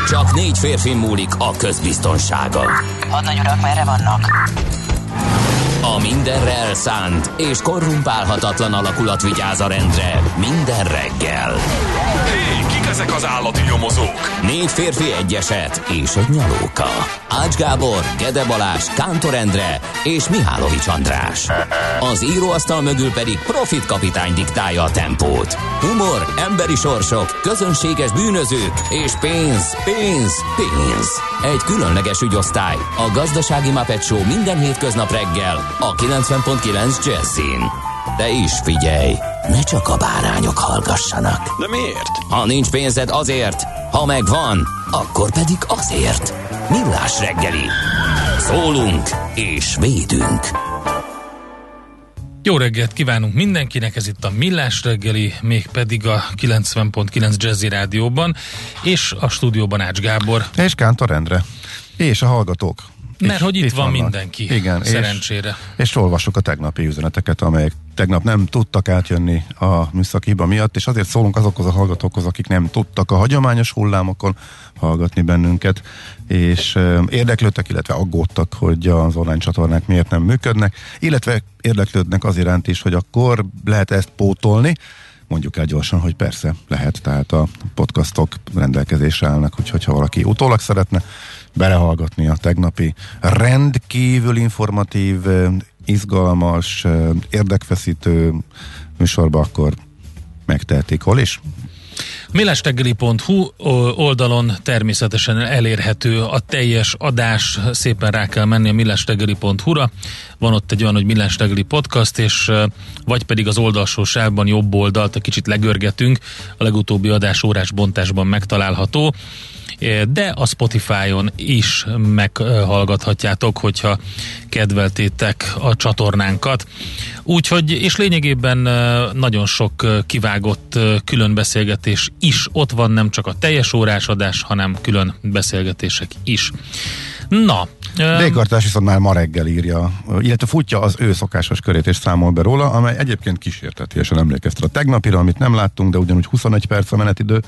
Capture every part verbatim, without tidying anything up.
Csak négy férfi múlik a közbiztonsága. Hadnagy urak, merre vannak? A mindenre elszánt és korrumpálhatatlan alakulat vigyáz a rendre minden reggel. Hé, kik ezek az állati nyomozók? Négy férfi, egy eset és egy nyalóka. Ács Gábor, Gede Balázs, Kántor Endre és Mihálovics András. Az íróasztal mögül pedig Profit kapitány diktálja a tempót. Humor, emberi sorsok, közönséges bűnözők és pénz, pénz, pénz. Egy különleges ügyosztály, a Gazdasági Muppet Show minden hétköznap reggel a kilencven pont kilenc Jazzin. De is figyelj, ne csak a bárányok hallgassanak. De miért? Ha nincs pénzed, azért, ha megvan, akkor pedig azért. Millás reggeli. Szólunk és védünk. Jó reggelt kívánunk mindenkinek, ez itt a Millás reggeli, mégpedig a kilencven pont kilenc Jazzy Rádióban, és a stúdióban Ács Gábor. És Kántor Endre. És a hallgatók. Mert és hogy itt, itt van vannak. Mindenki, igen, szerencsére. És, és olvassuk a tegnapi üzeneteket, amelyek tegnap nem tudtak átjönni a műszaki hiba miatt, és azért szólunk azokhoz a hallgatókhoz, akik nem tudtak a hagyományos hullámokon hallgatni bennünket, és euh, érdeklődtek, illetve aggódtak, hogy az online csatornák miért nem működnek, illetve érdeklődnek az iránt is, hogy akkor lehet ezt pótolni. Mondjuk el gyorsan, hogy persze lehet, tehát a podcastok rendelkezésre állnak, úgyhogy ha valaki utólag szeretne belehallgatni a tegnapi rendkívül informatív, izgalmas, érdekfeszítő műsorba, akkor megtehetik. Hol is? millásreggeli pont hu oldalon természetesen elérhető a teljes adás, szépen rá kell menni a millásreggeli pont hu-ra, van ott egy olyan, hogy Millás reggeli podcast, és vagy pedig az oldalsó sávban jobb oldalt, egy kicsit legörgetünk, a legutóbbi adás órás bontásban megtalálható, de a Spotify-on is meghallgathatjátok, hogyha kedveltétek a csatornánkat. Úgyhogy, és lényegében nagyon sok kivágott külön beszélgetés is ott van, nem csak a teljes órás adás, hanem külön beszélgetések is. Na, D-kartás viszont már ma reggel írja, illetve futja az ő szokásos körét és számol be róla, amely egyébként kísértetiesen emlékeztet a tegnapira, amit nem láttunk, de ugyanúgy huszonegy perc a menetidő.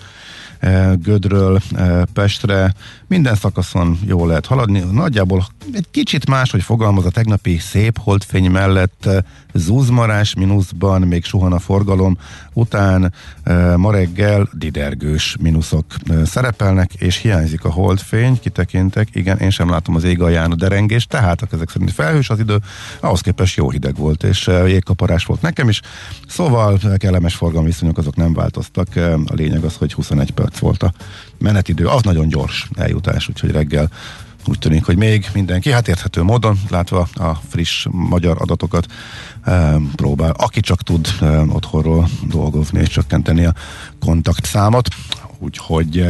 Gödről Pestre, minden szakaszon jól lehet haladni. Nagyjából egy kicsit más, hogy fogalmaz a tegnapi szép holdfény mellett zúzmarás mínuszban, még suhan a forgalom, után ma reggel didergős mínuszok szerepelnek, és hiányzik a holdfény, kitekintek, igen, én sem látom az ég alján a derengést, tehát ezek szerint felhős az idő, ahhoz képest jó hideg volt, és jégkaparás volt nekem is, szóval kellemes forgalmi viszonyok azok nem változtak, a lényeg az, hogy huszonegy perc volt a menetidő, az nagyon gyors eljutás, úgyhogy reggel úgy tűnik, hogy még mindenki, hát érthető módon, látva a friss magyar adatokat, e, próbál, aki csak tud e, otthonról dolgozni és csökkenteni a kontaktszámot, úgyhogy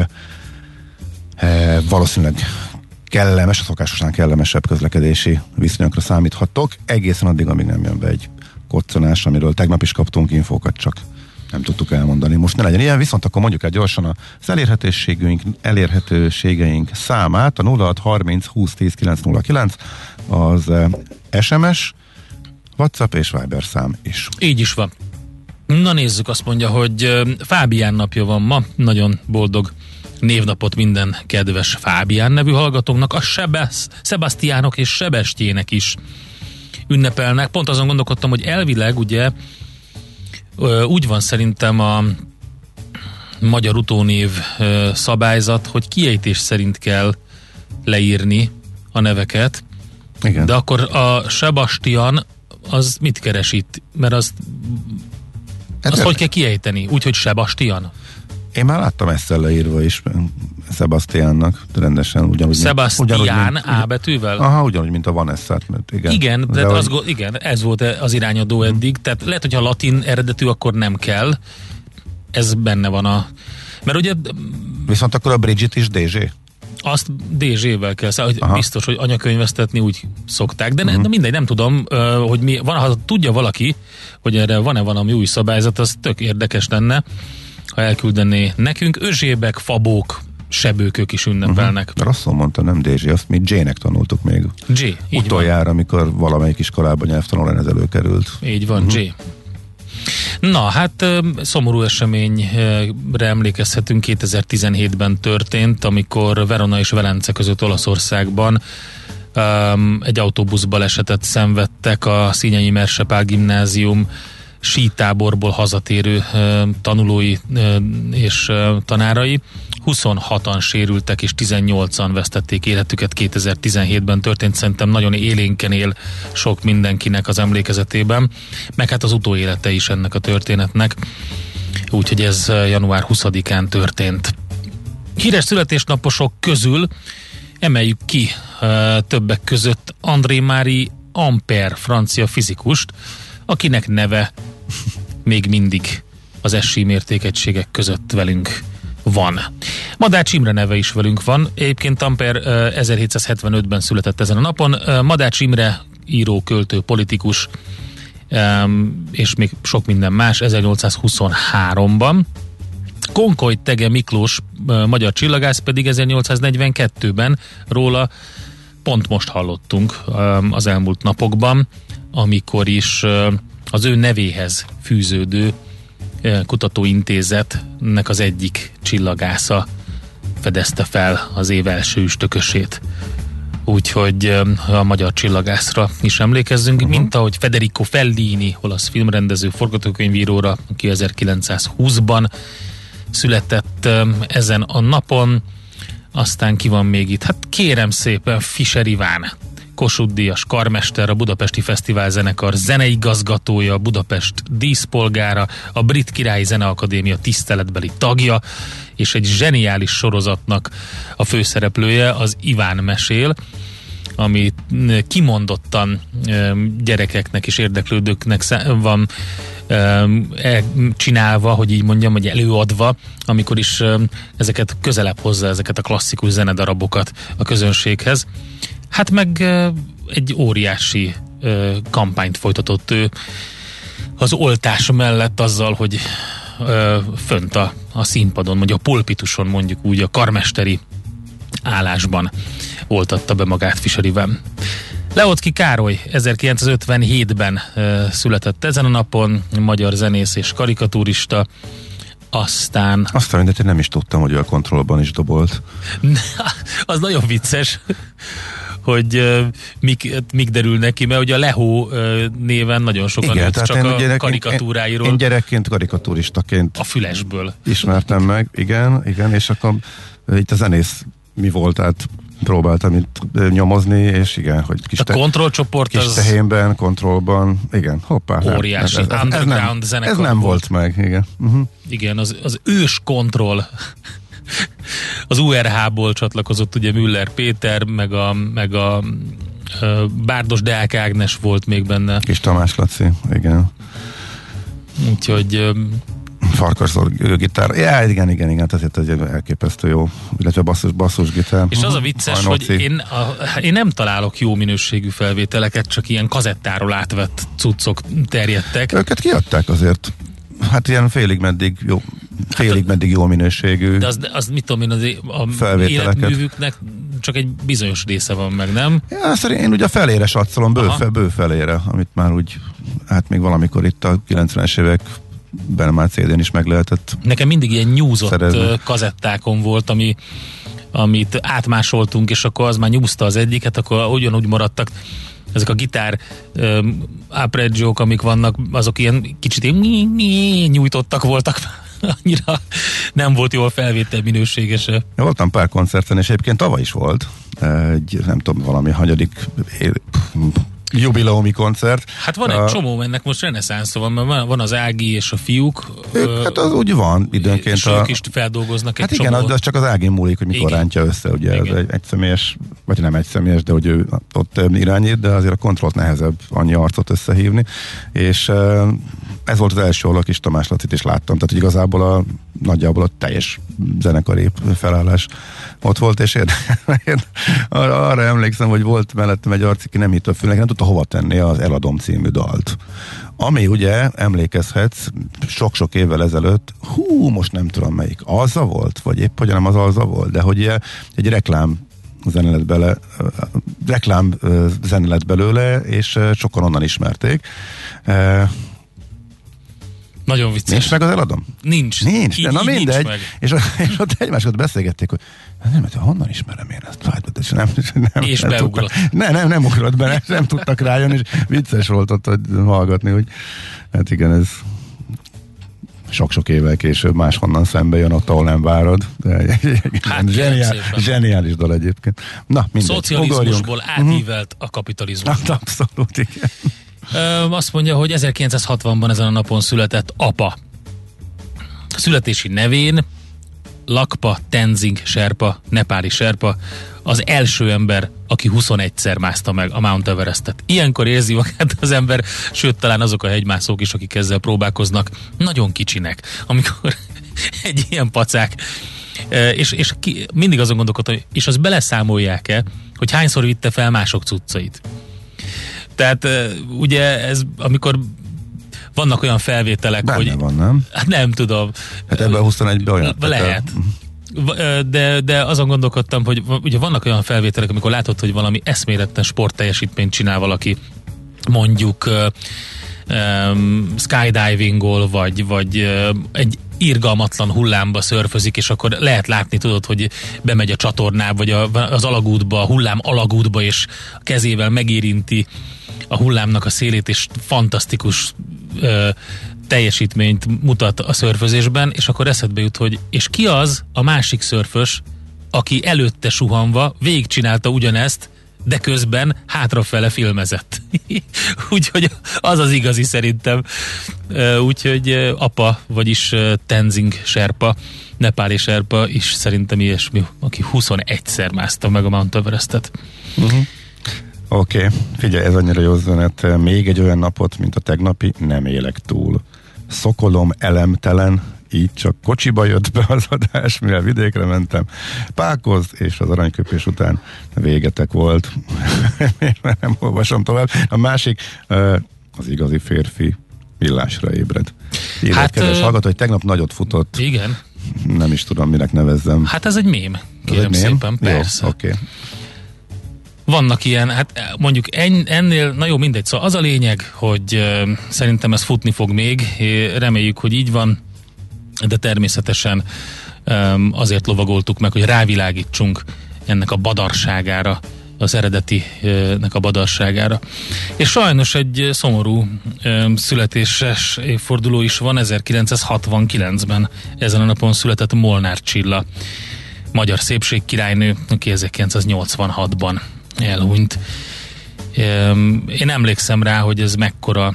e, valószínűleg kellemes, a szokásosnál kellemesebb közlekedési viszonyokra számíthattok, egészen addig, amíg nem jön be egy koccanás, amiről tegnap is kaptunk infókat, csak nem tudtuk elmondani. Most ne legyen ilyen, viszont akkor mondjuk el gyorsan az elérhetőségünk, elérhetőségeink számát, a nulla hat harminc húsz tíz kilenc nulla kilenc az es em es, WhatsApp és Viber szám is. Így is van. Na nézzük, azt mondja, hogy Fábián napja van ma, nagyon boldog névnapot minden kedves Fábián nevű hallgatónknak, a Sebesz, Sebastiánok és Sebestyének is ünnepelnek. Pont azon gondolkodtam, hogy elvileg ugye úgy van szerintem a magyar utónév szabályzat, hogy kiejtés szerint kell leírni a neveket. Igen. De akkor a Sebastian az mit keres itt? Mert azt, hát azt hogy kell kiejteni? Úgyhogy Sebastian? Én már láttam ezt leírva is Sebastiánnak, rendesen ugyanúgy. Sebastián A betűvel? Aha, ugyanúgy, mint a Vanessa-t. Igen, igen, de de az, hogy... igen, ez volt az irányadó eddig, hmm. tehát lehet, hogyha latin eredetű, akkor nem kell. Ez benne van a... Mert ugye... Viszont akkor a Bridget is dé zsé? Azt dé zsével kell, szóval biztos, hogy anyakönyvesztetni úgy szokták, de, ne, uh-huh. de mindegy, nem tudom, hogy mi, van, ha tudja valaki, hogy erre van-e valami új szabályzat, az tök érdekes lenne, ha elküldené nekünk. Özsébek, fabók, sebőkök is ünnepelnek. Uh-huh. Rosszul mondta, nem dé zsé, azt mi J-nek tanultuk még. J, utoljára, van. Amikor valamelyik iskolában nyelvtanulán ez előkerült. Így van, uh-huh. J. Na, hát szomorú eseményre emlékezhetünk, kétezer-tizenhétben történt, amikor Verona és Velence között Olaszországban um, egy autóbuszbalesetet szenvedtek a Színyei Mersepál gimnázium sítáborból hazatérő uh, tanulói uh, és uh, tanárai. huszonhatan sérültek és tizennyolcan vesztették életüket, kétezer-tizenhétben történt, szerintem nagyon élénken él sok mindenkinek az emlékezetében, meg hát az utóélete is ennek a történetnek, úgyhogy ez január huszadikán történt. Híres születésnaposok közül emeljük ki uh, többek között André-Marie Ampère francia fizikust, akinek neve még mindig az es i mértékegységek között velünk van. Madács Imre neve is velünk van. Egyébként Ampère ezerhétszázhetvenötben született ezen a napon. Madács Imre író, költő, politikus és még sok minden más ezernyolcszázhuszonháromban. Konkoly Tege Miklós magyar csillagász pedig ezernyolcszáznegyvenkettőben, róla pont most hallottunk az elmúlt napokban, amikor is az ő nevéhez fűződő kutatóintézetnek az egyik csillagásza fedezte fel az év első üstökösét. Úgyhogy a magyar csillagászra is emlékezzünk, uh-huh. mint ahogy Federico Fellini, olasz filmrendező, forgatókönyvíróra, aki ezerkilencszázhúszban született ezen a napon. Aztán ki van még itt? Hát kérem szépen, Fischer Iván, Kossuth-díjas karmester, a Budapesti Fesztivál zenekar zeneigazgatója, Budapest díszpolgára, a Brit Királyi Zeneakadémia tiszteletbeli tagja, és egy zseniális sorozatnak a főszereplője, az Iván mesél, ami kimondottan gyerekeknek és érdeklődőknek van csinálva, hogy így mondjam, vagy előadva, amikor is ezeket közelebb hozza, ezeket a klasszikus zenedarabokat a közönséghez. Hát meg egy óriási kampányt folytatott ő az oltás mellett azzal, hogy fönt a, a színpadon, vagy a pulpituson, mondjuk úgy, a karmesteri állásban oltatta be magát Fischer Iván. Leoczky Károly ezerkilencszázötvenhétben született ezen a napon, magyar zenész és karikatúrista. Aztán... Aztán mindegy, én nem is tudtam, hogy ő a Kontrollban is dobolt. Az nagyon vicces, hogy uh, mik, mik derül neki, mert ugye a Lehó uh, néven nagyon sokan igen, őt, csak a gyerek, karikatúráiról. Én, én gyerekként, karikatúristaként a Fülesből ismertem meg, igen, igen, és akkor uh, itt a zenész mi volt, tehát próbáltam itt nyomozni, és igen, hogy kis, a kontrollcsoport kis az tehénben, kontrollban, igen, hoppá. Óriási, ez, ez, ez, underground ez nem, zenekar ez nem volt, volt meg, igen. Uh-huh. Igen, az, az ős kontroll. Az u er há-ból csatlakozott ugye Müller Péter, meg a, meg a, a Bárdos Deák Ágnes volt még benne. Kis Tamás Laci, igen. Úgyhogy Farkasszor gitár. Ja, igen, igen, igen, tehát ez egy elképesztő jó, illetve basszus, basszusgitár. És az a vicces, hogy én, a, én nem találok jó minőségű felvételeket, csak ilyen kazettáról átvett cuccok terjedtek. Őket kiadták azért. Hát ilyen félig meddig jó, félig meddig jó minőségű. De az, az mit tudom én, az a életművüknek csak egy bizonyos része van meg, nem? Ja, szerint én ugye a felére satszolom, bő, bő felére, amit már úgy, hát még valamikor itt a kilencvenes években már cé dén is meg lehetett. Nekem mindig ilyen nyúzott szerezni. Kazettákon volt, ami, amit átmásoltunk, és akkor az már nyúzta az egyiket, akkor ugyanúgy maradtak ezek a gitár um, arpeggiók, amik vannak, azok ilyen kicsit ilyen nyújtottak voltak, annyira nem volt jól felvétel minőségese. Ja, voltam pár koncerten, és egyébként tavaly is volt egy, nem tudom, valami hanyadik jubileumi koncert. Hát van egy uh, csomó, ennek most reneszánsz van, mert van az Ági és a fiúk. Ők, hát az úgy van, időnként. És a, ők is feldolgoznak egy hát igen, csomó. az csak az Ágin múlik, hogy mikor igen. rántja össze, ugye igen. ez egy egyszemélyes, vagy nem egyszemélyes, de hogy ő ott irányít, de azért a kontrollt nehezebb annyi arcot összehívni, és uh, ez volt az első, ahol a Kis Tamás Lacit is láttam, tehát igazából a, nagyjából a teljes zenekari felállás ott volt, és én, én arra, arra emlékszem, hogy volt mellettem egy arc, aki nem hitt a fülnek, nem tudta hova tenni az Eladom című dalt. Ami ugye, emlékezhetsz, sok-sok évvel ezelőtt, hú, most nem tudom melyik, Alza volt, vagy épp hogy nem az Alza volt, de hogy ugye egy reklám zene lett bele, reklám zene lett belőle, és sokan onnan ismerték. Nagyon vicces. Nincs meg az eladom? Nincs. Nincs, Így, de na így mindegy. nincs meg. És, és ott egymásokat beszélgették, hogy nem, mert honnan ismerem én ezt? És, nem, nem, és nem beugrott. Tudtak, ne, nem, nem ugrott be, nem, nem tudtak rájönni, és vicces volt ott hogy hallgatni, hogy hát igen, ez sok-sok évvel később máshonnan szembe jön ott, ahol nem várod. De Hát, zseniál, zseniális dal egyébként. Na, mindegy. Szocializmusból átívelt a kapitalizmus. Hát abszolút, igen. Ö, azt mondja, hogy ezerkilencszázhatvanban ezen a napon született apa. Születési nevén Lakpa Tenzing Sherpa, nepáli Sherpa, az első ember, aki huszonegyszer mászta meg a Mount Everestet. Ilyenkor érzi magát az ember, sőt, talán azok a hegymászók is, akik ezzel próbálkoznak, nagyon kicsinek, amikor egy ilyen pacák, és, és ki, mindig azon gondolkodtam, és azt beleszámolják-e, hogy hányszor vitte fel mások cuccait. Tehát ugye ez, amikor vannak olyan felvételek, Benne hogy... van, nem? Hát nem tudom. Hát ebben a huszonegyben olyan. Lehet. De, de azon gondolkodtam, hogy ugye vannak olyan felvételek, amikor látod, hogy valami eszméletlen sportteljesítményt csinál valaki, mondjuk um, skydivingol, vagy, vagy uh, egy irgalmatlan hullámba szörfözik, és akkor lehet látni, tudod, hogy bemegy a csatornába, vagy a, az alagútba, a hullám alagútba, és a kezével megérinti a hullámnak a szélét, és fantasztikus uh, teljesítményt mutat a szörfözésben, és akkor eszedbe jut, hogy és ki az a másik szörfös, aki előtte suhanva végigcsinálta ugyanezt, de közben hátrafele filmezett. Úgyhogy az az igazi szerintem. Úgyhogy apa, vagyis Tenzing Sherpa, nepáli Sherpa is szerintem ilyesmi, aki huszonegyszer mászta meg a Mount Everestet. Uh-huh. Oké, okay. Figyelj, ez annyira jó üzenet. Még egy olyan napot, mint a tegnapi, nem élek túl. Szokolom elemtelen, így csak kocsiba jött be az adás, mivel vidékre mentem. Pákoz, és az aranyköpés után végetek volt. Nem olvasom tovább. A másik, az igazi férfi millásra ébred. Írott hát, kedves uh, hallgató, hogy tegnap nagyot futott. Igen. Nem is tudom, minek nevezzem. Hát ez egy mém, kérem ez egy szépen, mém? Persze. Jó, oké. Okay. Vannak ilyen, hát mondjuk en, ennél, na jó, mindegy, szóval az a lényeg, hogy uh, szerintem ez futni fog még, reméljük, hogy így van, de természetesen um, azért lovagoltuk meg, hogy rávilágítsunk ennek a badarságára, az eredetinek a badarságára. És sajnos egy szomorú um, születéses évforduló is van, ezerkilencszázhatvankilencben ezen a napon született Molnár Csilla, magyar szépségkirálynő, aki ezerkilencszáznyolcvanhatban elhunyt. Um, én emlékszem rá, hogy ez mekkora,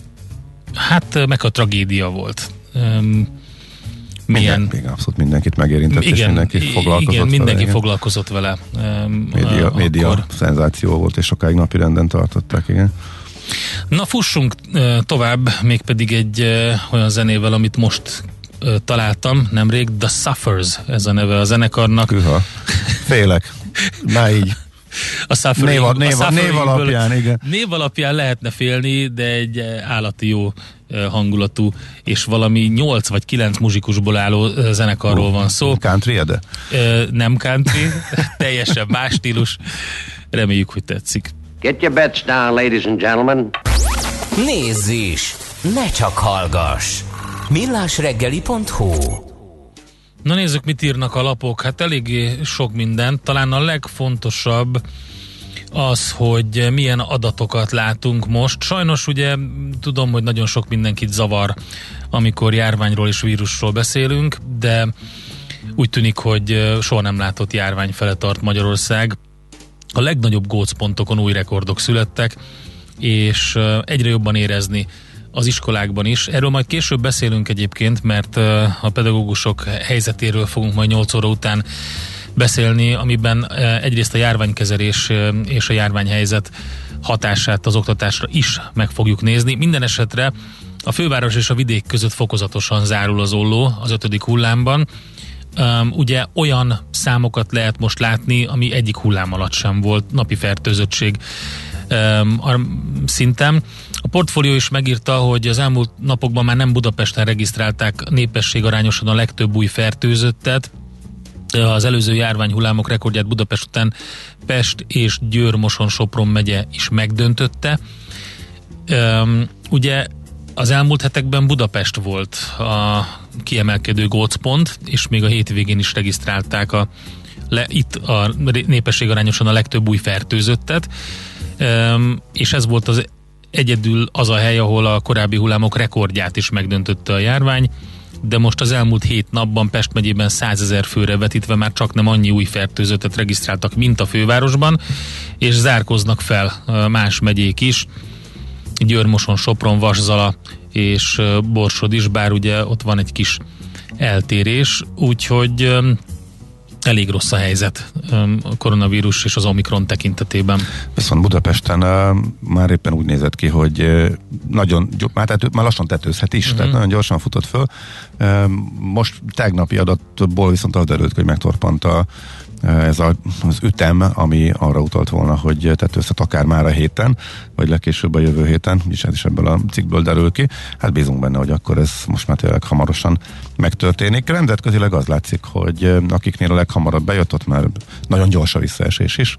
hát mekkora tragédia volt. Um, milyen... Minden, igen, abszolút mindenkit megérintett, igen, és mindenki foglalkozott igen, vele. mindenki igen. foglalkozott vele. Um, média, uh, média akkor... szenzáció volt, és sokáig napi renden tartották, igen. Na, fussunk uh, tovább, mégpedig egy uh, olyan zenével, amit most uh, találtam nemrég, The Suffers, ez a neve a zenekarnak. Hűha, félek. Na így. A Suffering, név, név, a név alapján, igen. Név alapján lehetne félni, de egy állati jó hangulatú, és valami nyolc vagy kilenc muzsikusból álló zenekarról uh, van szó. Country, de? Nem country, teljesen más stílus. Reméljük, hogy tetszik. Get your bets down, ladies and gentlemen. Nézz is! Ne csak hallgass! millásreggeli pont hu. Na nézzük, mit írnak a lapok. Hát eléggé sok minden. Talán a legfontosabb az, hogy milyen adatokat látunk most. Sajnos ugye tudom, hogy nagyon sok mindenkit zavar, amikor járványról és vírusról beszélünk, de úgy tűnik, hogy soha nem látott járvány fele tart Magyarország. A legnagyobb gócpontokon új rekordok születtek, és egyre jobban érezni az iskolákban is. Erről majd később beszélünk egyébként, mert a pedagógusok helyzetéről fogunk majd nyolc óra után beszélni, amiben egyrészt a járványkezelés és a járványhelyzet hatását az oktatásra is meg fogjuk nézni. Minden esetre a főváros és a vidék között fokozatosan zárul az olló az ötödik hullámban. Um, ugye olyan számokat lehet most látni, ami egyik hullám alatt sem volt, napi fertőzöttség um, szinten. A portfólió is megírta, hogy az elmúlt napokban már nem Budapesten regisztrálták népességarányosan a legtöbb új fertőzöttet. Az előző járványhullámok rekordját Budapest után Pest és Győr-Moson-Sopron megye is megdöntötte. Um, ugye Az elmúlt hetekben Budapest volt a kiemelkedő gócpont, és még a hétvégén is regisztrálták a, le, itt a népesség arányosan a legtöbb új fertőzöttet, és ez volt az egyedül az a hely, ahol a korábbi hullámok rekordját is megdöntötte a járvány, de most az elmúlt hét napban Pest megyében százezer főre vetítve már csak nem annyi új fertőzöttet regisztráltak, mint a fővárosban, és zárkoznak fel más megyék is, Győr, Moson, Sopron, Vaszala és Borsod is, bár ugye ott van egy kis eltérés, úgyhogy elég rossz a helyzet a koronavírus és az Omikron tekintetében. Viszont Budapesten uh, már éppen úgy nézett ki, hogy uh, nagyon, már, tető, már lassan tetőzhet is, uh-huh. tehát nagyon gyorsan futott föl. Uh, most tegnapi adatból viszont az derült, hogy megtorpant a ez a, az ütem, ami arra utalt volna, hogy tetőzhet akár már a héten, vagy legkésőbb a jövő héten, és ez is ebből a cikkből derül ki. Hát bízunk benne, hogy akkor ez most már tényleg hamarosan megtörténik. Nemzetközileg az látszik, hogy akiknél a leghamarabb bejött, ott már nagyon gyors a visszaesés is.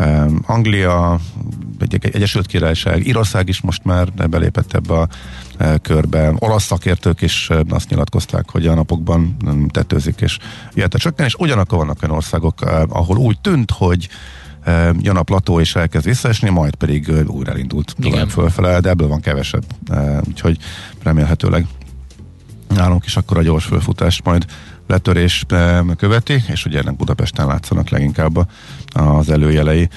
Anglia, Egyesült Királyság, Írország is most már belépett ebbe a körbe. Olasz szakértők is azt nyilatkozták, hogy a napokban tetőzik és jöhet a csökkenés. Ugyanakkor vannak olyan országok, ahol úgy tűnt, hogy jön a plató és elkezd visszaesni, majd pedig újra elindult tovább fölfele, de ebből van kevesebb. Úgyhogy remélhetőleg nálunk is akkor a gyors fölfutás majd letörés követi, és ugye ennek Budapesten látszanak leginkább az előjelei.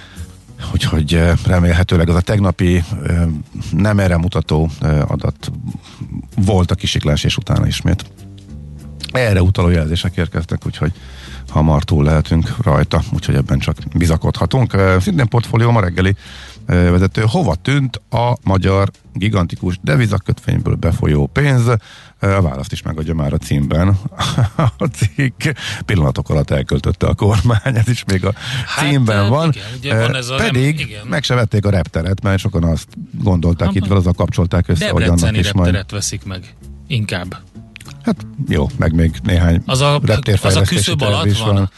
Úgyhogy remélhetőleg az a tegnapi nem erre mutató adat volt a kisiklás, és utána ismét erre utaló jelzések érkeztek, úgyhogy hamar túl lehetünk rajta, úgyhogy ebben csak bizakodhatunk. Szintén portfólió ma reggeli vezető, hova tűnt a magyar gigantikus devizakötvényből befolyó pénz? A választ is megadja már a címben. A cikk pillanatok alatt elköltötte a kormány, ez is még a hát, címben van. Igen, ugye van ez a Pedig nem, igen. meg se vették a repteret, mert sokan azt gondolták, ha, itt azzal kapcsolták össze, hogy annak is majd... repteret veszik meg, inkább. Hát jó, meg még néhány az a, az a küszöb alatt van. van.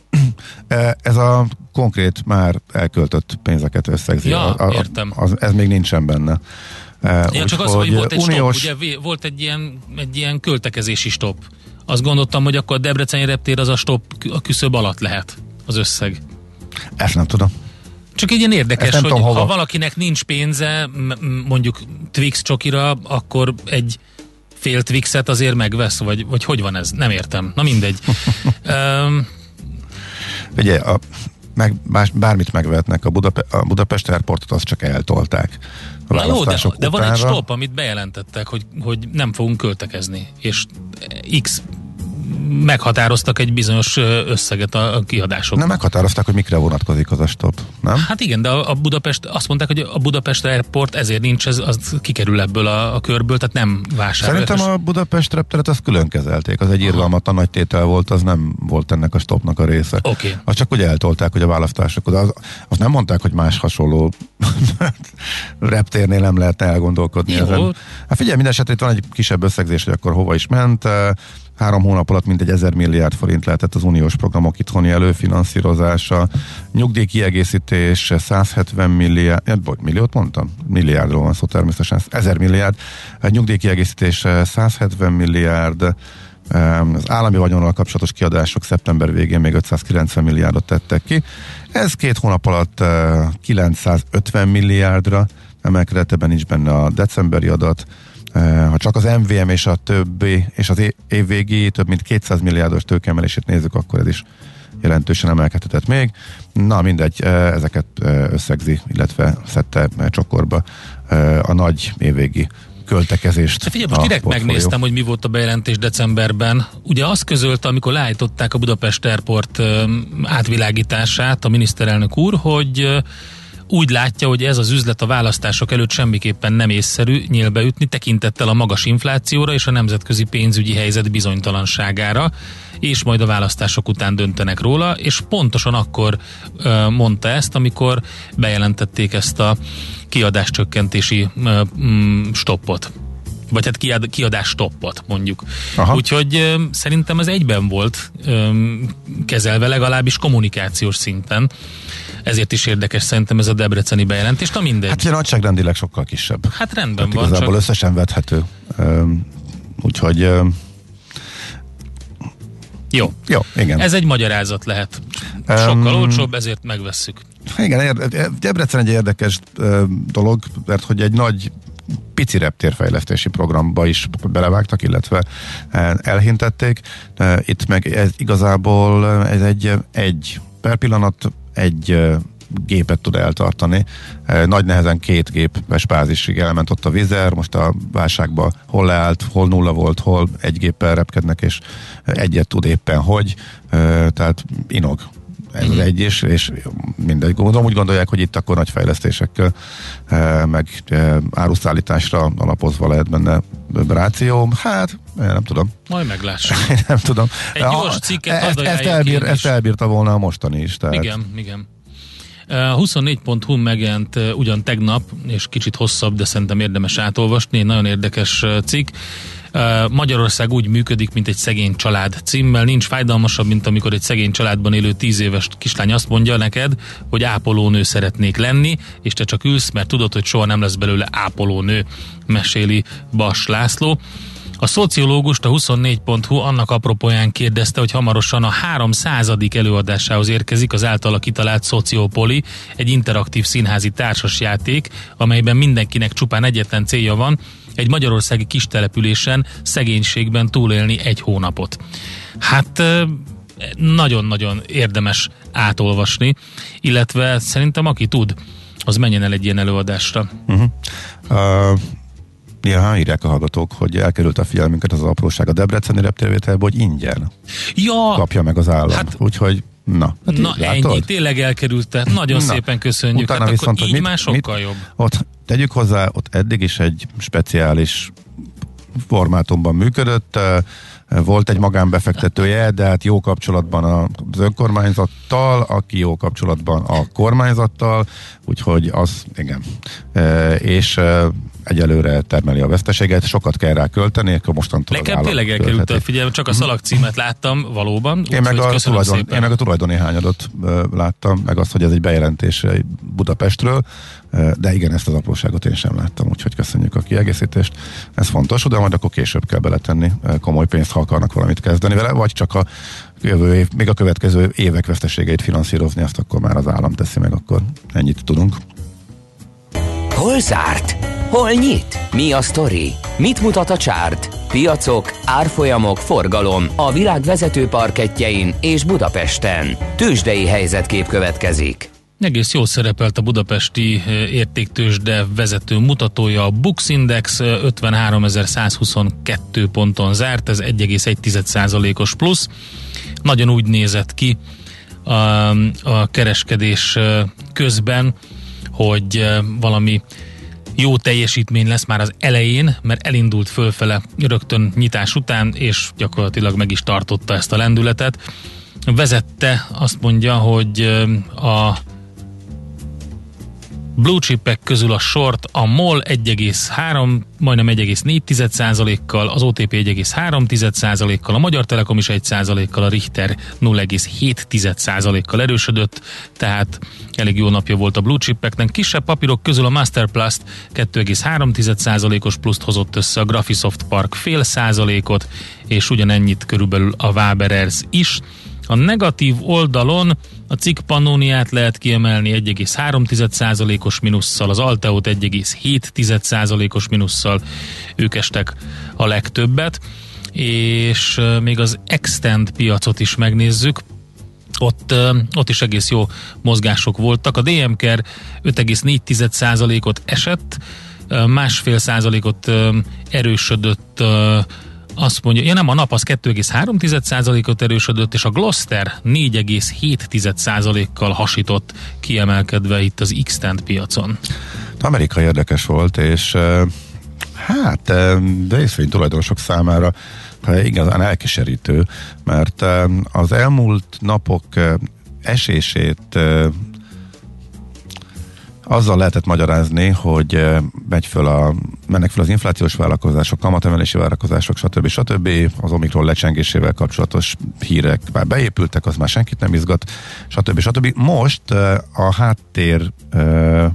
Ez a konkrét már elköltött pénzeket összegzi. Ja, a, a, értem. Az, ez még nincsen benne. Ja, csak az, hogy volt egy uniós... stop, ugye volt egy ilyen, egy ilyen költekezési stop. Azt gondoltam, hogy akkor a Debreceni reptér az a stop a küszöb alatt lehet az összeg. Ezt nem tudom. Csak egy ilyen érdekes, hogy tudom, ha valakinek nincs pénze, mondjuk Twix csokira, akkor egy fél Twixet azért megvesz, vagy, vagy hogy van ez? Nem értem. Na mindegy. um, Ugye, a, meg, bármit megvehetnek, a, Budape- a Budapest Airportot azt csak eltolták. Na jó, de, de van egy stop, amit bejelentettek, hogy, hogy nem fogunk költekezni, és X meghatároztak egy bizonyos összeget a kiadásokban. Nem meghatározták, hogy mikre vonatkozik az a stop, nem? Hát igen, de a Budapest, azt mondták, hogy a Budapest Airport ezért nincs, ez, az kikerül ebből a, a körből, tehát nem vásárolják. Szerintem a Budapest repteret azt külön kezelték, az egy irgalmatlan nagy tétel volt, az nem volt ennek a stopnak a része. Oké. Okay. Azt csak ugye eltolták, hogy a választások, az, azt nem mondták, hogy más hasonló reptérnél nem lehet elgondolkodni jó. ezen. Hát figyelj, minden esetre itt van egy kisebb összegzés, hogy akkor hova is ment. Három hónap alatt mintegy ezer milliárd forint lehetett az uniós programok itthoni előfinanszírozása, nyugdíjkiegészítés százhetven milliárd, milliót mondtam? Milliárdról van szó természetesen, ezer milliárd, nyugdíjkiegészítés százhetven milliárd, az állami vagyonnal kapcsolatos kiadások szeptember végén még ötszázkilencven milliárdot tettek ki. Ez két hónap alatt kilencszázötven milliárdra emelkedett, ebben nincs benne a decemberi adat. Ha csak az em vé em és a többi, és az évvégi több mint kétszáz milliárdos tőkeemelését nézzük, akkor ez is jelentősen emelkedhetett még. Na mindegy, ezeket összegzi, illetve szedte csokorba a nagy évvégi költekezést. Figyelj, most direkt portfólió. Megnéztem, hogy mi volt a bejelentés decemberben. Ugye azt közölte, amikor leállították a Budapest Airport átvilágítását a miniszterelnök úr, hogy úgy látja, hogy ez az üzlet a választások előtt semmiképpen nem észszerű nyílbeütni, tekintettel a magas inflációra és a nemzetközi pénzügyi helyzet bizonytalanságára, és majd a választások után döntenek róla, és pontosan akkor uh, mondta ezt, amikor bejelentették ezt a kiadáscsökkentési uh, um, stoppot. vagy hát kiad, kiadás stoppot mondjuk. Aha. Úgyhogy ö, szerintem ez egyben volt ö, kezelve, legalábbis kommunikációs szinten. Ezért is érdekes szerintem ez a debreceni bejelentés. Na mindegy. Hát ugye nagyságrendileg sokkal kisebb. Hát rendben Tehát van. igazából Csak... összesen vethető. Üm, úgyhogy üm, Jó. Jó, igen. Ez egy magyarázat lehet. Sokkal Um, olcsóbb, ezért megvesszük. Igen, érde, Debrecen egy érdekes uh, dolog, mert hogy egy nagy pici reptérfejlesztési programba is belevágtak, illetve uh, elhintették. Uh, itt meg ez igazából uh, ez egy, egy per pillanat egy uh, gépet tud eltartani. Uh, nagy nehezen két gépes bázisig elment ott a Vizer, most a válságban hol leállt, hol nulla volt, hol egy géppel repkednek, és egyet tud éppen hogy, uh, tehát inog. Ez az egy is, és mindegy. Gondolom, úgy gondolják, hogy itt akkor nagy fejlesztésekkel, meg áruszállításra alapozva lehet benne ráció. Hát, nem tudom. Majd meglássuk. nem tudom. Egy gyors cikket ezt, ezt, elbír, ezt elbírta volna a mostani is. Tehát. Igen, igen. A huszonnégy pont hu megjelent ugyan tegnap, és kicsit hosszabb, de szerintem érdemes átolvasni. Egy nagyon érdekes cikk. Magyarország úgy működik, mint egy szegény család címmel. Nincs fájdalmasabb, mint amikor egy szegény családban élő tíz éves kislány azt mondja neked, hogy ápolónő szeretnék lenni, és te csak ülsz, mert tudod, hogy soha nem lesz belőle ápolónő, meséli Bas László. A szociológust a huszonnégy pont hu annak apropóján kérdezte, hogy hamarosan a háromszázadik előadásához érkezik az általa kitalált Szociopoli, egy interaktív színházi társasjáték, amelyben mindenkinek csupán egyetlen célja van, egy magyarországi kistelepülésen szegénységben túlélni egy hónapot. Hát nagyon-nagyon érdemes átolvasni, illetve szerintem aki tud, az menjen el egy ilyen előadásra. Uh-huh. Uh... Ja, írják a hallgatók, hogy elkerült a figyelmünket az apróság a debreceni reptérvételből, hogy ingyen ja, kapja meg az állam. Hát, úgyhogy, na. Hát na ennyi, tényleg elkerült. Nagyon na, szépen köszönjük. Utána hát viszont, akkor így mit, már sokkal mit, jobb. Ott tegyük hozzá, ott eddig is egy speciális formátumban működött, volt egy magánbefektetője, de hát jó kapcsolatban az önkormányzattal, aki jó kapcsolatban a kormányzattal, úgyhogy az, igen. E, és e, egyelőre termeli a veszteséget, sokat kell rá költeni, akkor mostantól nekem tényleg elkerült a figyelme, csak a szalagcímet láttam valóban. Én, meg a tulajdon, én meg a tulajdoni hányadot uh, láttam, meg azt, hogy ez egy bejelentés Budapestről, uh, de igen, ezt az apróságot én sem láttam, úgyhogy köszönjük a kiegészítést. Ez fontos, de majd akkor később kell beletenni uh, komoly pénzt, ha akarnak valamit kezdeni vele, vagy csak a jövő év, még a következő évek veszteségeit finanszírozni, azt akkor már az állam teszi meg, akkor ennyit tudunk. Hol zárt? Hol nyit? Mi a sztori? Mit mutat a csárt? Piacok, árfolyamok, forgalom a világ vezető parkettjein és Budapesten. Tőzsdei helyzetkép következik. Egész jól szerepelt a budapesti értéktőzsde vezető mutatója, a Bux Index ötvenháromezer-százhuszonkettő ponton zárt, ez egy egész egy százalékos plusz. Nagyon úgy nézett ki a, a kereskedés közben, hogy valami jó teljesítmény lesz már az elején, mert elindult fölfele rögtön nyitás után, és gyakorlatilag meg is tartotta ezt a lendületet. Vezette, azt mondja, hogy a blue chipek közül a short, a MOL egy egész három, majdnem egy egész négy százalékkal, az o té pé egy egész három százalékkal, a Magyar Telekom is egy százalékkal, a Richter nulla egész hét százalékkal erősödött, tehát elég jó napja volt a blue chipeknek. Kisebb papírok közül a Masterplast kettő egész három százalékos pluszt hozott össze, a Graphisoft Park fél százalékot, és ugyanennyit körülbelül a Waberers is. A negatív oldalon a cikk Pannoniát lehet kiemelni egy egész három százalékos minusszal, az Alteót egy egész hét százalékos minusszal, ők estek a legtöbbet, és még az Extend piacot is megnézzük, ott, ott is egész jó mozgások voltak. A dé em ká öt egész négy százalékot esett, másfél százalékot erősödött, azt mondja, ja nem, a nap az kettő egész három százalékot erősödött, és a Gloster négy egész hét százalékkal hasított, kiemelkedve itt az Extend piacon. Amerika érdekes volt, és hát részvény tulajdonosok számára igazán elkeserítő, mert az elmúlt napok esését azzal lehetett magyarázni, hogy megy föl a, mennek föl az inflációs várakozások, kamatemelési várakozások, stb. stb. Az Omikron lecsengésével kapcsolatos hírek már beépültek, az már senkit nem izgat, stb. stb. Most a háttérben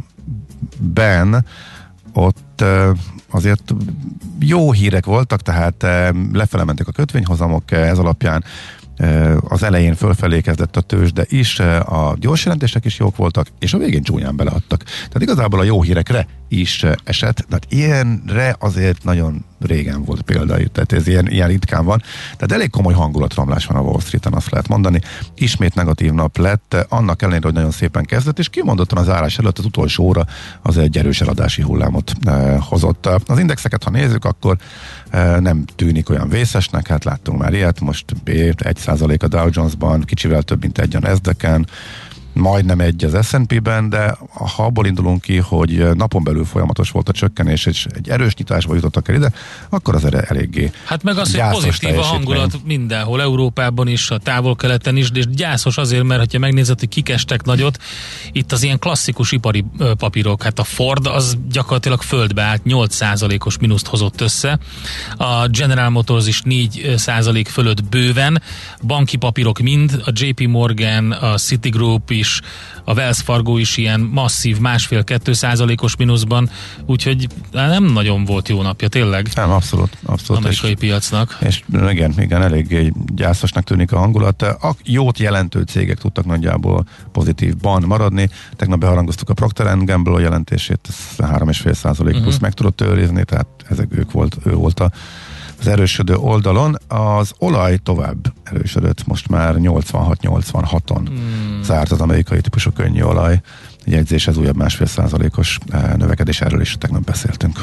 ott azért jó hírek voltak, tehát lefele mentek a kötvényhozamok, ez alapján az elején fölfelé kezdett a tőzsde is, a gyors jelentések is jók voltak, és a végén csúnyán beleadtak. Tehát igazából a jó hírekre is esett, tehát ilyenre azért nagyon régen volt példa, tehát ez ilyen, ilyen ritkán van. Tehát elég komoly hangulatromlás van a Wall Streeten, azt lehet mondani. Ismét negatív nap lett, annak ellenére, hogy nagyon szépen kezdett, és kimondottan az árás előtt az utolsó óra az egy erős eladási hullámot eh, hozott. Az indexeket, ha nézzük, akkor eh, nem tűnik olyan vészesnek, hát láttunk már ilyet, most egy százalék a Dow Jonesban, kicsivel több, mint egy a Nasdaqen, majdnem egy az es and pé-ben, de ha abból indulunk ki, hogy napon belül folyamatos volt a csökkenés, és egy erős nyitásba jutottak el ide, akkor az erre eléggé hát meg az, hogy pozitív a hangulat mindenhol, Európában is, a távol-keleten is, és gyászos azért, mert ha megnézed, hogy kik estek nagyot, itt az ilyen klasszikus ipari papírok, hát a Ford az gyakorlatilag földbe állt, nyolc százalékos mínuszt hozott össze, a General Motors is négy százalék fölött bőven, banki papírok mind, a jé pé Morgan, a Citigroup is, a Wells Fargo is ilyen masszív másfél-kettő százalékos mínuszban, úgyhogy nem nagyon volt jó napja, tényleg. Nem, abszolút, abszolút. Amerikai és, piacnak. És igen, igen, eléggé gyászosnak tűnik a hangulat. A jót jelentő cégek tudtak nagyjából pozitívban maradni. Tegnap beharangoztuk a Procter and Gamble jelentését, három egész öt százalék plusz uh-huh. meg tudott őrizni, tehát ezek ők volt, ő volt a az erősödő oldalon. Az olaj tovább erősödött, most már nyolcvanhat nyolcvanhaton hmm. zárt az amerikai típusú könnyű olaj. Jegyzés, ez újabb másfél százalékos növekedés, erről is tegnap beszéltünk.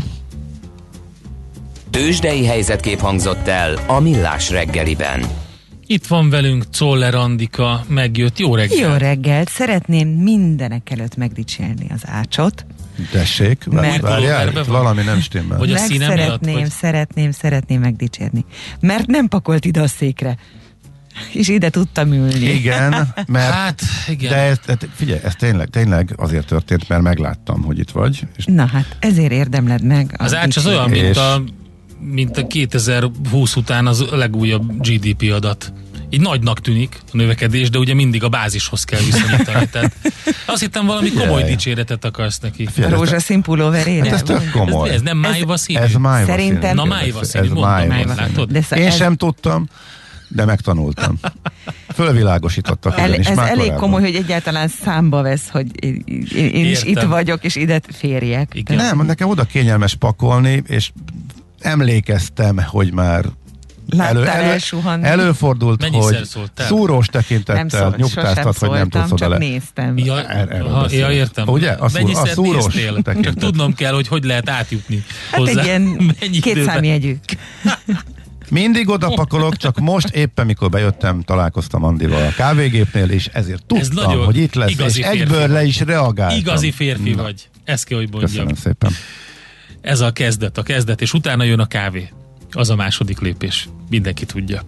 Tőzsdei helyzetkép hangzott el a Millás reggeliben. Itt van velünk Czoller Andika, megjött. Jó reggelt! Jó reggelt! Szeretném mindenek előtt megdicsérni az Ácsot. Tessék, várjál, valami nem stimmel. Vagy a színe miatt? Szeretném, vagy... szeretném, szeretném megdicsérni. Mert nem pakolt ide a székre. És ide tudtam ülni. Igen, mert hát, igen. De ez, ez, figyelj, ez tényleg, tényleg azért történt, mert megláttam, hogy itt vagy. És na hát, ezért érdemled meg. Az Ács az olyan, mint a, mint a kétezer-húsz után az legújabb gé dé pé adat. Így nagynak tűnik a növekedés, de ugye mindig a bázishoz kell viszonyítani. Tehát azt hittem, valami komoly Jaj. dicséretet akarsz neki. A rózsaszín pulóverére? Hát ez tök komoly. Ez, ez nem májva színű? Ez májva Szerintem... színű. Na májva színű, mondtam, májva látod? De Én ez... sem tudtam, de megtanultam. Fölvilágosítottak. El, ez elég korábban. Komoly, hogy egyáltalán számba vesz, hogy én, én is itt vagyok, és ide férjek. Igen. Nem, nekem oda kényelmes pakolni, és emlékeztem, hogy már elő, elő, előfordult, mennyiszer hogy szóltál? Szúrós tekintettel nyugtáztat, hogy nem tudsz oda le. Csak néztem. Ja, er, ha, ja értem. Ugye? A, szúr, a szúrós tekintet. Csak tudnom kell, hogy hogy lehet átjutni hát hozzá. egy ilyen kétszámjegyű. Mindig oda pakolok, csak most éppen mikor bejöttem, találkoztam Andival a kávégépnél, és ezért tudtam, Ez hogy itt lesz, és egyből le is reagáltam. Igazi férfi Na. vagy. Ezt kell, hogy mondjam. Köszönöm szépen. Ez a kezdet, a kezdet, és utána jön a kávé. Az a második lépés. Mindenki tudja.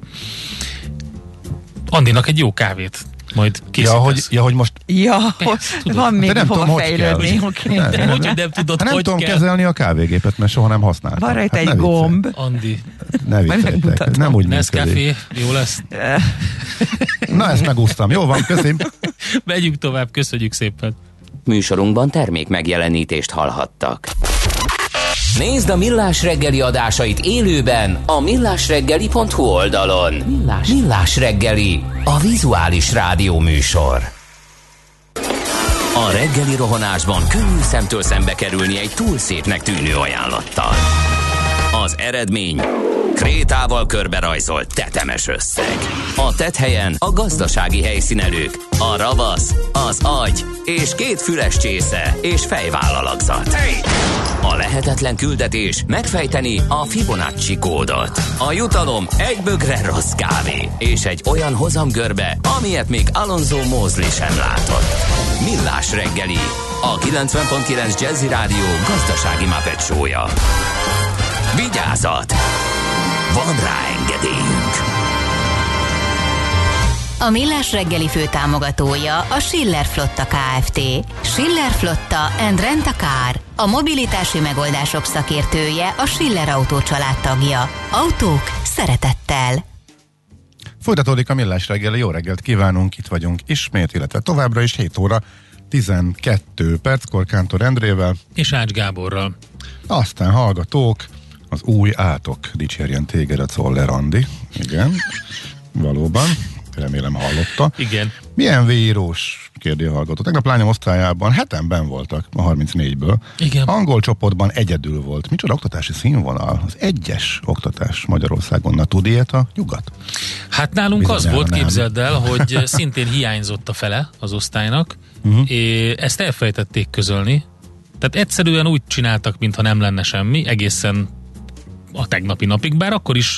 Andinak egy jó kávét majd készítesz. Ja, hogy, ja, hogy most... Ja, van még hova fejlődni. Okay. De nem, hogy nem tudod, hát nem hogy tudom kell. kezelni a kávégépet, mert soha nem használtam. Van rajta hát egy gomb. Andi. Ne vicceljetek, nem úgy működik. Nescafé, jó lesz? Na, ezt megúsztam. Jó van, köszönöm. Megyünk tovább, köszönjük szépen. Műsorunkban termék megjelenítést hallhattak. Nézd a Millás reggeli adásait élőben a millásreggeli pont hu oldalon. Millás, Millás reggeli, a vizuális rádió műsor. A reggeli rohanásban könnyű szemtől szembe kerülni egy túl szépnek tűnő ajánlattal. Az eredmény krétával körberajzolt tetemes összeg. A tetthelyen a gazdasági helyszínelők, a ravasz, az agy és két füles csésze és fejvállalakzat. A lehetetlen küldetés megfejteni a Fibonacci kódot. A jutalom egy bögre rossz kávé és egy olyan hozamgörbe, amilyet még Alonso Mosley sem látott. Millás reggeli, a kilencven pont kilenc Jazzy Rádió gazdasági Muppet show-ja. Vigyázat! Van rá engedélyünk! A Millás reggeli főtámogatója a Schiller Flotta Kft. Schiller Flotta and Rent a Car. A mobilitási megoldások szakértője, a Schiller Autó családtagja. Autók szeretettel. Folytatódik a Millás reggeli, jó reggelt kívánunk, itt vagyunk ismét, illetve továbbra is hét óra tizenkettő perckor Kántor Endrével. És Ács Gáborral. Aztán hallgatók, az új átok dicsérjen téged a Czoller Andi. Igen, valóban. Remélem hallotta. Igen. Milyen vírós, kérdi a hallgató. Tegnap lányom osztályában heten benn voltak, a harmincnégyből. Igen. Angol csoportban egyedül volt. Micsoda oktatási színvonal? Az egyes oktatás Magyarországon. Na, tud ilyet a nyugat? Hát nálunk Bizony az volt, nem. Képzeld el, hogy szintén hiányzott a fele az osztálynak, uh-huh. és ezt elfelejtették közölni. Tehát egyszerűen úgy csináltak, mintha nem lenne semmi, egészen a tegnapi napig, bár akkor is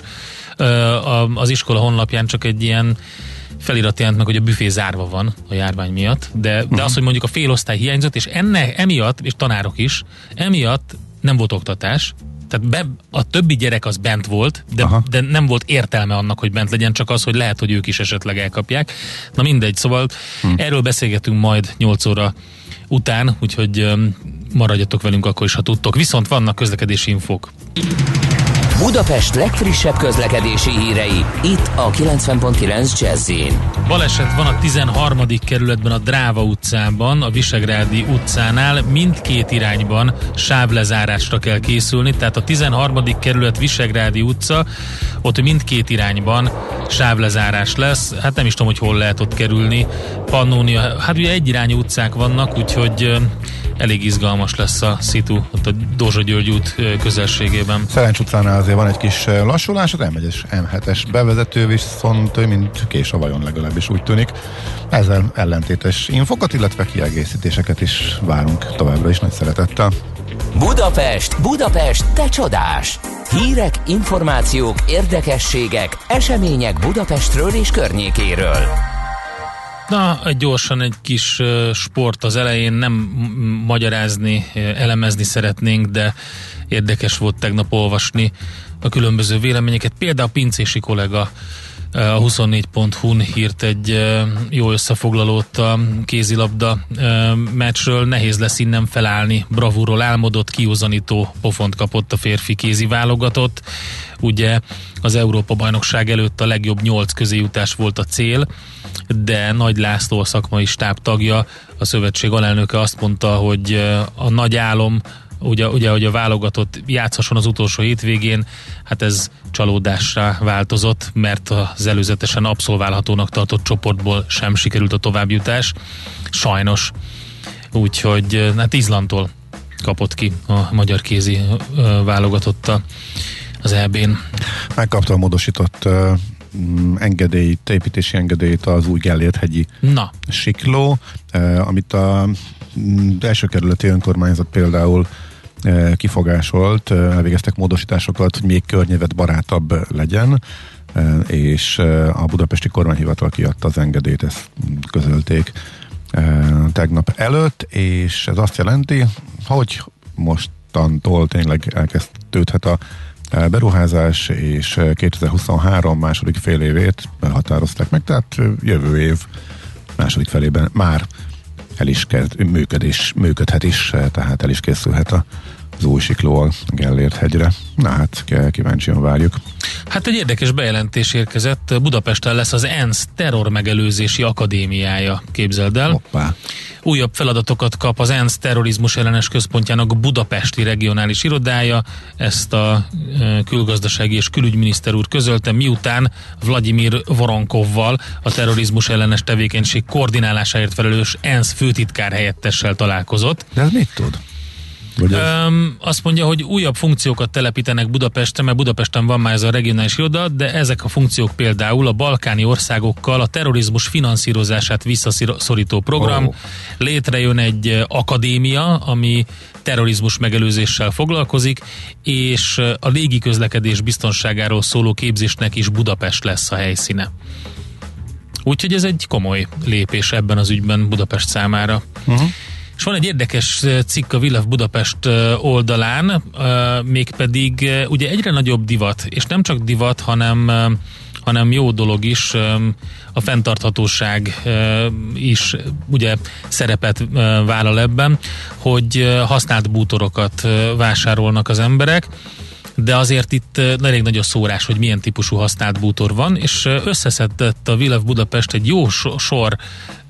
az iskola honlapján csak egy ilyen felirat jelent meg, hogy a büfé zárva van a járvány miatt, de, de uh-huh. az, hogy mondjuk a félosztály hiányzott, és enne, emiatt, és tanárok is, emiatt nem volt oktatás, tehát be, a többi gyerek az bent volt, de, de nem volt értelme annak, hogy bent legyen, csak az, hogy lehet, hogy ők is esetleg elkapják. Na mindegy, szóval uh-huh. erről beszélgetünk majd nyolc óra után, úgyhogy maradjatok velünk akkor is, ha tudtok. Viszont vannak közlekedési infók. Budapest legfrissebb közlekedési hírei, itt a kilencven pont kilenc Jazz-in. Baleset van a tizenharmadik kerületben a Dráva utcában, a Visegrádi utcánál mindkét irányban sávlezárásra kell készülni, tehát a tizenharmadik kerület Visegrádi utca, ott mindkét irányban sávlezárás lesz, hát nem is tudom, hogy hol lehet ott kerülni. Pannónia, hát ugye egyirányú utcák vannak, úgyhogy elég izgalmas lesz a szitu ott a Dózsa György út közelségében. Szerencs utcánál azért van egy kis lassulás, az em egyes em hetes bevezető viszont mint kés a vajon, legalábbis úgy tűnik. Ezzel ellentétes infokat, illetve kiegészítéseket is várunk továbbra is nagy szeretettel. Budapest, Budapest, te csodás! Hírek, információk, érdekességek, események Budapestről és környékéről. Na, gyorsan egy kis sport az elején, nem magyarázni, elemezni szeretnénk, de érdekes volt tegnap olvasni a különböző véleményeket. Például a pincési kollega a huszonnégy pont hu-n írt egy jó összefoglalót a kézilabda meccsről. Nehéz lesz innen felállni, bravúról álmodott, kiúzanító pofont kapott a férfi kézi válogatott. Ugye az Európa-bajnokság előtt a legjobb nyolc közéjutás volt a cél, de Nagy László, a szakmai stáb tagja, a szövetség alelnöke azt mondta, hogy a nagy álom, ugye, ugye hogy a válogatott játszhasson az utolsó hétvégén, hát ez csalódásra változott, mert az előzetesen abszolválhatónak tartott csoportból sem sikerült a továbbjutás. Sajnos. Úgyhogy hát Izlandtól kapott ki a magyar kézi válogatotta az é bén. Megkapta a módosított uh, engedélyt, építési engedélyt az új Gellért-hegyi Na. sikló, uh, amit a um, első kerületi önkormányzat például uh, kifogásolt, uh, elvégeztek módosításokat, hogy még környezetbarátabb legyen, uh, és uh, a budapesti kormányhivatal kiadta az engedélyt, ezt közölték uh, tegnap előtt, és ez azt jelenti, hogy mostantól tényleg elkezdődhet a beruházás, és kétezer-huszonhárom második fél évét határozták meg, tehát jövő év második felében már el is kezd, működés, működhet is, tehát el is készülhet a az új sikló a Gellért-hegyre. Na hát, kíváncsian várjuk. Hát egy érdekes bejelentés érkezett. Budapesten lesz az ENSZ terrormegelőzési akadémiája, képzeld el. Hoppá. Újabb feladatokat kap az ENSZ terrorizmus ellenes központjának budapesti regionális irodája. Ezt a e, külgazdasági és külügyminiszter úr közölte, miután Vladimir Voronkovval, a terrorizmus ellenes tevékenység koordinálásáért felelős ENSZ főtitkár helyettessel találkozott. De ez mit tud? Öm, azt mondja, hogy újabb funkciókat telepítenek Budapestre, mert Budapesten van már ez a regionális iroda, de ezek a funkciók például a balkáni országokkal a terrorizmus finanszírozását visszaszorító program. Oh. Létrejön egy akadémia, ami terrorizmus megelőzéssel foglalkozik, és a légiközlekedés biztonságáról szóló képzésnek is Budapest lesz a helyszíne. Úgyhogy ez egy komoly lépés ebben az ügyben Budapest számára. Uh-huh. És van egy érdekes cikk a Villaf Budapest oldalán, mégpedig ugye egyre nagyobb divat, és nem csak divat, hanem, hanem jó dolog is, a fenntarthatóság is ugye szerepet vállal ebben, hogy használt bútorokat vásárolnak az emberek, de azért itt elég nagy a szórás, hogy milyen típusú használt bútor van, és összeszedett a We Love Budapest egy jó sor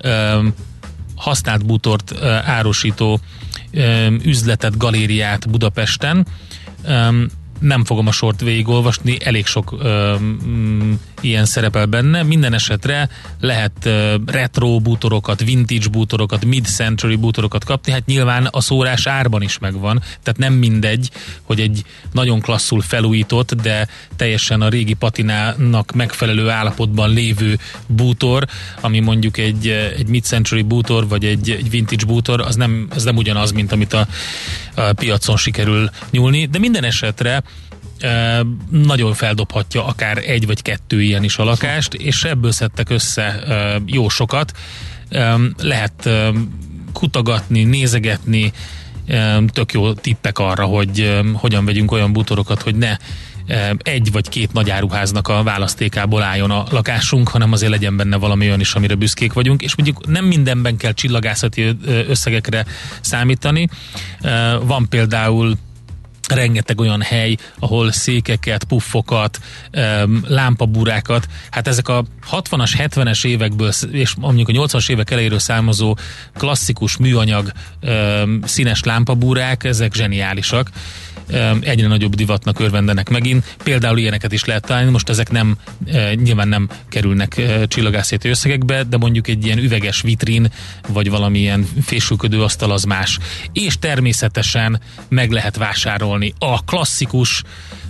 használt bútort árusító üzletet, galériát Budapesten. Nem fogom a sort végigolvasni, elég sok ö, m, ilyen szerepel benne. Minden esetre lehet ö, retro bútorokat, vintage bútorokat, mid-century bútorokat kapni, hát nyilván a szórás árban is megvan, tehát nem mindegy, hogy egy nagyon klasszul felújított, de teljesen a régi patinának megfelelő állapotban lévő bútor, ami mondjuk egy, egy mid-century bútor, vagy egy, egy vintage bútor, az nem, az nem ugyanaz, mint amit a, a piacon sikerül nyúlni, de minden esetre Uh, nagyon feldobhatja akár egy vagy kettő ilyen is a lakást, és ebből szedtek össze uh, jó sokat. Um, lehet um, kutagatni, nézegetni, um, tök jó tippek arra, hogy um, hogyan vegyünk olyan bútorokat, hogy ne um, egy vagy két nagyáruháznak a választékából álljon a lakásunk, hanem azért legyen benne valami olyan is, amire büszkék vagyunk, és mondjuk nem mindenben kell csillagászati összegekre számítani. Uh, van például rengeteg olyan hely, ahol székeket, puffokat, lámpabúrákat, hát ezek a hatvanas, hetvenes évekből, és mondjuk a nyolcvanas évek elejéről származó klasszikus műanyag színes lámpabúrák, ezek zseniálisak. Egyre nagyobb divatnak örvendenek megint. Például ilyeneket is lehet találni, most ezek nem, nyilván nem kerülnek csillagászati összegekbe, de mondjuk egy ilyen üveges vitrin, vagy valamilyen fésülködő asztal az más. És természetesen meg lehet vásárolni a klasszikus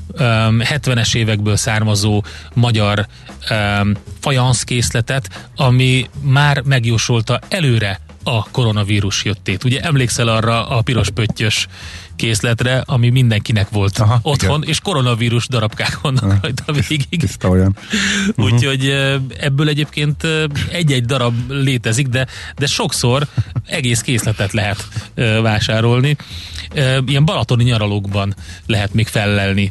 hetvenes évekből származó magyar um, fajanszkészletet, ami már megjósolta előre a koronavírus jöttét. Ugye emlékszel arra a piros pöttyös készletre, ami mindenkinek volt Aha, otthon, igen. És koronavírus darabkák vannak Aha, rajta végig. Tiszta olyan. Úgyhogy ebből egyébként egy-egy darab létezik, de, de sokszor egész készletet lehet vásárolni. Ilyen balatoni nyaralókban lehet még fellelni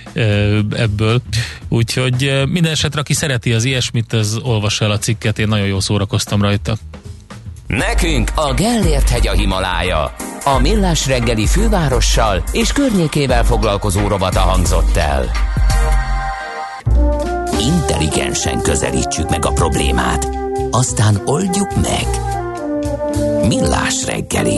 ebből. Úgyhogy minden esetre, aki szereti az ilyesmit, az olvassa el a cikket, én nagyon jól szórakoztam rajta. Nekünk a Gellért hegy a Himalája. A Millás reggeli fővárossal és környékével foglalkozó rovata hangzott el. Intelligensen közelítsük meg a problémát, aztán oldjuk meg. Millás reggeli.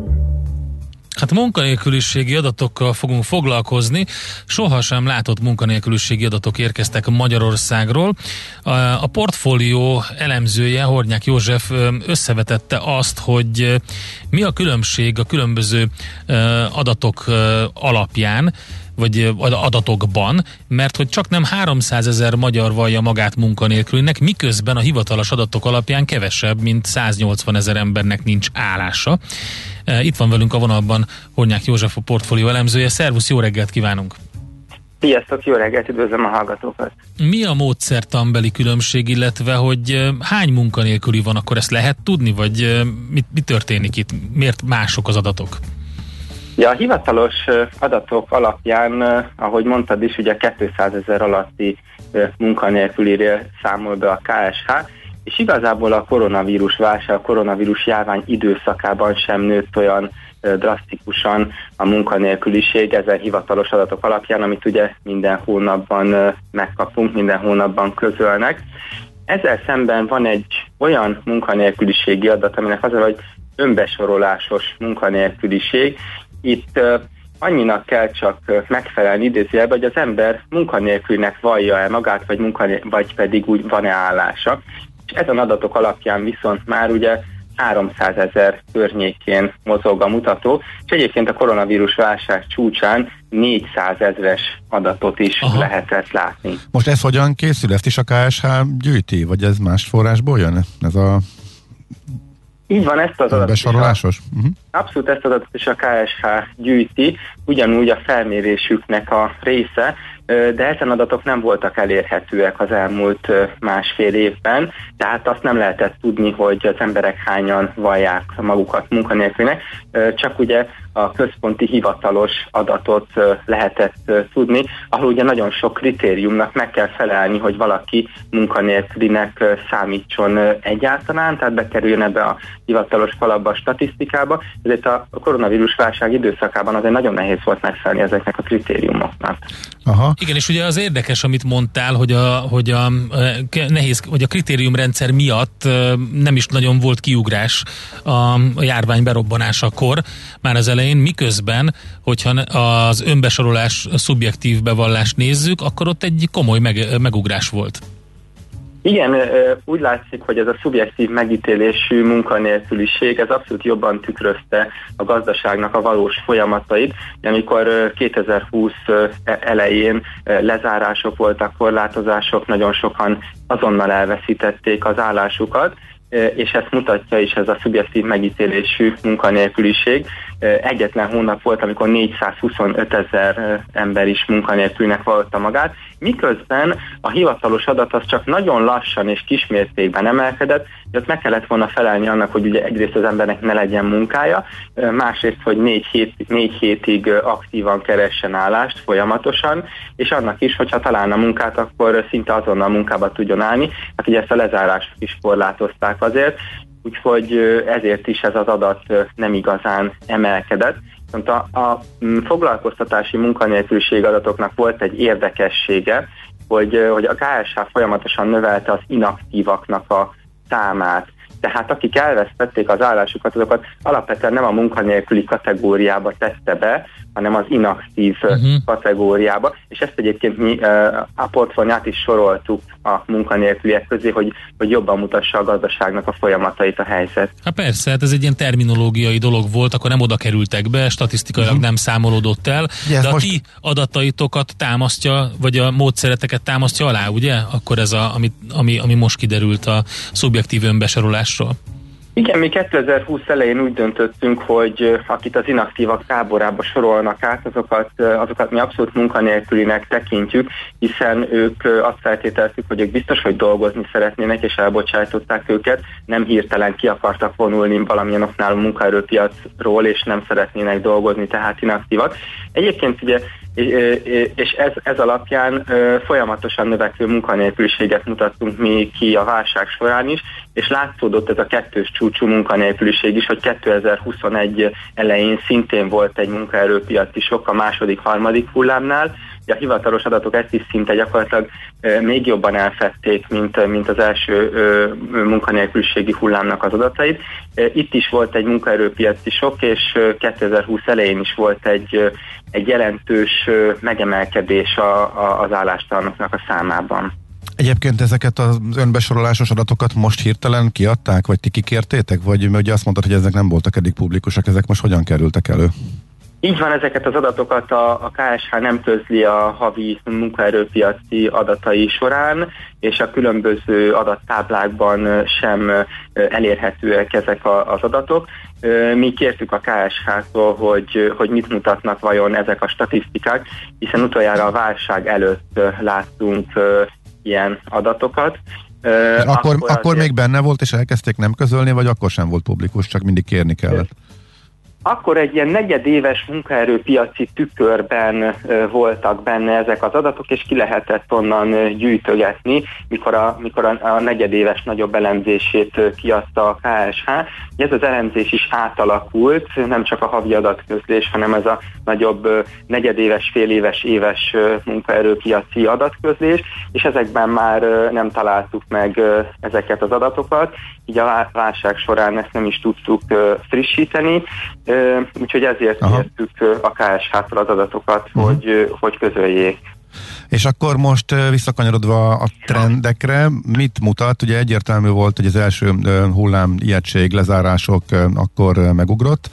Hát munkanélküliségi adatokkal fogunk foglalkozni. Sohasem látott munkanélküliségi adatok érkeztek Magyarországról. A portfólió elemzője, Hornyák József összevetette azt, hogy mi a különbség a különböző adatok alapján, vagy adatokban, mert hogy csak nem háromszázezer magyar vallja magát munkanélkülinek, miközben a hivatalos adatok alapján kevesebb, mint száznyolcvanezer embernek nincs állása. Itt van velünk a vonalban Hornyák József, a portfólió elemzője. Szervusz, jó reggelt kívánunk! Sziasztok, jó reggelt, üdvözlöm a hallgatókat! Mi a módszertanbeli különbség, illetve hogy hány munkanélküli van, akkor ezt lehet tudni, vagy mi, mi történik itt? Miért mások az adatok? Ja, a hivatalos adatok alapján, ahogy mondtad is, ugye kétszázezer alatti munkanélküliről számol be a ká es há, és igazából a koronavírus válság, a koronavírus járvány időszakában sem nőtt olyan drasztikusan a munkanélküliség ezen hivatalos adatok alapján, amit ugye minden hónapban megkapunk, minden hónapban közölnek. Ezzel szemben van egy olyan munkanélküliségi adat, aminek az, hogy önbesorolásos munkanélküliség. Itt uh, annyinak kell csak uh, megfelelni idézőjelbe, hogy az ember munkanélkülinek vallja el magát, vagy, munkanél, vagy pedig úgy van-e állása. És ezen adatok alapján viszont már ugye háromszázezer környékén mozog a mutató, és egyébként a koronavírus válság csúcsán négyszázezres adatot is Aha. lehetett látni. Most ez hogyan készül? Ezt is a ká es há gyűjti? Vagy ez más forrásból jön? Ez a Így van, ezt az adatot besorolásos? A, uh-huh. Abszolút ezt az adatot is a ká es há gyűjti, ugyanúgy a felmérésüknek a része, de ezen adatok nem voltak elérhetőek az elmúlt másfél évben, tehát azt nem lehetett tudni, hogy az emberek hányan vallják magukat munkanélkülinek, csak ugye a központi hivatalos adatot lehetett tudni, ahol ugye nagyon sok kritériumnak meg kell felelni, hogy valaki munkanélkülinek számítson egyáltalán, tehát bekerüljön ebbe a hivatalos kalapba, a statisztikába. Ezért a koronavírus válság időszakában azért nagyon nehéz volt megfelelni ezeknek a kritériumoknak. Aha. Igen, és ugye az érdekes, amit mondtál, hogy a, hogy a nehéz, vagy a kritériumrendszer miatt nem is nagyon volt kiugrás a járvány berobbanásakor már az elején, miközben, hogyha az önbesorolás, szubjektív bevallást nézzük, akkor ott egy komoly meg, megugrás volt. Igen, úgy látszik, hogy ez a szubjektív megítélésű munkanélküliség, ez abszolút jobban tükrözte a gazdaságnak a valós folyamatait. Amikor kétezer-húsz elején lezárások voltak, korlátozások, nagyon sokan azonnal elveszítették az állásukat, és ezt mutatja is ez a szubjektív megítélésű munkanélküliség. Egyetlen hónap volt, amikor négyszázhuszonöt ezer ember is munkanélkülnek vallotta magát, miközben a hivatalos adat az csak nagyon lassan és kismértékben emelkedett, hogy ott meg kellett volna felelni annak, hogy ugye egyrészt az embernek ne legyen munkája, másrészt, hogy négy, hét, négy hétig aktívan keressen állást folyamatosan, és annak is, hogyha találna munkát, akkor szinte azonnal munkába tudjon állni, hát ugye ezt a lezárást is korlátozták azért, úgyhogy ezért is ez az adat nem igazán emelkedett. A, a foglalkoztatási munkanélküliség adatoknak volt egy érdekessége, hogy, hogy a ká es há folyamatosan növelte az inaktívaknak a számát. Tehát akik elvesztették az állásukat, azokat alapvetően nem a munkanélküli kategóriába tette be, hanem az inaktív uh-huh. kategóriába, és ezt egyébként mi a portfólión is soroltuk a munkanélküliek közé, hogy, hogy jobban mutassa a gazdaságnak a folyamatait a helyzet. Hát persze, hát ez egy ilyen terminológiai dolog volt, akkor nem oda kerültek be, statisztikailag uh-huh. nem számolódott el, yes, de a most... ti adataitokat támasztja, vagy a módszereteket támasztja alá, ugye? Akkor ez a, ami, ami, ami most kiderült a szubjektív önbesorolásról. Igen, mi kétezer-húsz elején úgy döntöttünk, hogy akit az inaktívak táborába sorolnak át, azokat, azokat mi abszolút munkanélkülinek tekintjük, hiszen ők azt feltételeztük, hogy ők biztos, hogy dolgozni szeretnének, és elbocsájtották őket, nem hirtelen ki akartak vonulni valamilyen oknál a munkaerőpiacról, és nem szeretnének dolgozni, tehát inaktívak. Egyébként ugye és ez, ez alapján folyamatosan növekvő munkanélküliséget mutattunk mi ki a válság során is, és látszódott ez a kettős csúcsú munkanélküliség is, hogy kétezer-huszonegy elején szintén volt egy munkaerőpiaci sok a második, harmadik hullámnál. A hivatalos adatok ezt is szinte gyakorlatilag még jobban elfedték, mint, mint az első munkanélküliségi hullámnak az adatait. Itt is volt egy munkaerőpiaci sok, és kétezer-húsz elején is volt egy, egy jelentős megemelkedés a, a, az állástalanoknak a számában. Egyébként ezeket az önbesorolásos adatokat most hirtelen kiadták, vagy ti kikértétek? Vagy ugye azt mondtad, hogy ezek nem voltak eddig publikusak, ezek most hogyan kerültek elő? Így van, ezeket az adatokat a, a ká es há nem közli a havi munkaerőpiaci adatai során, és a különböző adattáblákban sem elérhetőek ezek a, az adatok. Mi kértük a ká es hától, hogy, hogy mit mutatnak vajon ezek a statisztikák, hiszen utoljára a válság előtt láttunk ilyen adatokat. Akkor, akkor, akkor még benne volt, és elkezdték nem közölni, vagy akkor sem volt publikus, csak mindig kérni kellett? Akkor egy ilyen negyedéves munkaerőpiaci tükörben voltak benne ezek az adatok, és ki lehetett onnan gyűjtögetni, mikor a, mikor a, a negyedéves nagyobb elemzését kiadta a ká es há. Ez az elemzés is átalakult, nem csak a havi adatközlés, hanem ez a nagyobb negyedéves, féléves, éves munkaerőpiaci adatközlés, és ezekben már nem találtuk meg ezeket az adatokat, így a válság során ezt nem is tudtuk frissíteni, úgyhogy ezért Aha. kértük a ká es hától az adatokat, uh-huh. hogy, hogy közöljék. És akkor most visszakanyarodva a trendekre, mit mutat? Ugye egyértelmű volt, hogy az első hullám ijegység, lezárások akkor megugrott.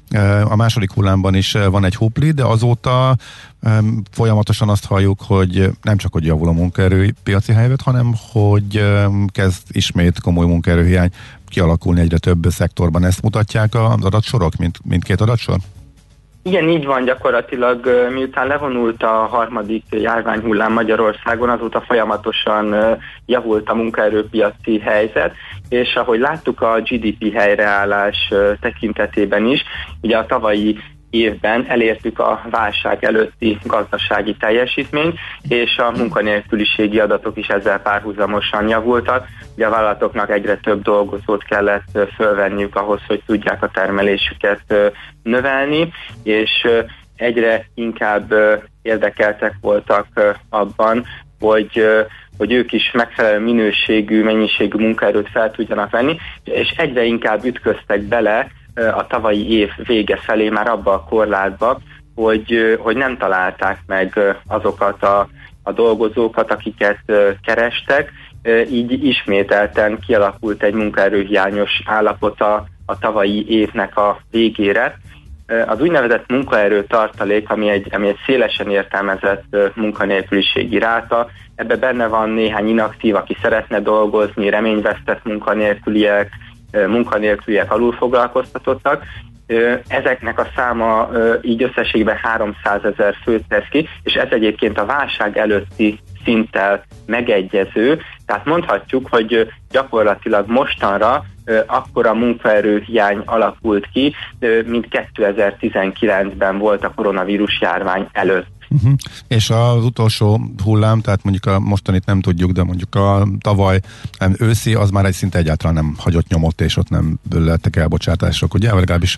A második hullámban is van egy hupli, de azóta folyamatosan azt halljuk, hogy nem csak hogy javul a munkaerőpiaci helyzet, hanem hogy kezd ismét komoly munkaerőhiány kialakulni egyre több szektorban. Ezt mutatják az adatsorok, mint, mindkét adatsor? Igen, így van gyakorlatilag, miután levonult a harmadik járványhullám Magyarországon, azóta folyamatosan javult a munkaerőpiaci helyzet, és ahogy láttuk a gé dé pé helyreállás tekintetében is, ugye a tavalyi évben elértük a válság előtti gazdasági teljesítményt, és a munkanélküliségi adatok is ezzel párhuzamosan javultak. Ugye a vállalatoknak egyre több dolgozót kellett fölvenniük ahhoz, hogy tudják a termelésüket növelni, és egyre inkább érdekeltek voltak abban, hogy hogy ők is megfelelő minőségű, mennyiségű munkaerőt fel tudjanak venni, és egyre inkább ütköztek bele a tavalyi év vége felé már abba a korlátba, hogy, hogy nem találták meg azokat a, a dolgozókat, akiket kerestek, így ismételten kialakult egy munkaerőhiányos állapota a tavalyi évnek a végére. Az úgynevezett munkaerő tartalék, ami egy, ami egy szélesen értelmezett munkanélküliségi ráta, ebbe benne van néhány inaktív, aki szeretne dolgozni, reményvesztett munkanélküliek, munkanélküliek, alulfoglalkoztatottak. Ezeknek a száma így összességben háromszázezer főt tesz ki, és ez egyébként a válság előtti szinttel megegyező, tehát mondhatjuk, hogy gyakorlatilag mostanra akkora munkaerőhiány alakult ki, mint kétezer-tizenkilencben volt a koronavírus járvány előtt. Uh-huh. És az utolsó hullám, tehát mondjuk a mostanit nem tudjuk, de mondjuk a tavaly őszi, az már egy szinte egyáltalán nem hagyott nyomot, és ott nem lettek elbocsátások, ugye? Legalábbis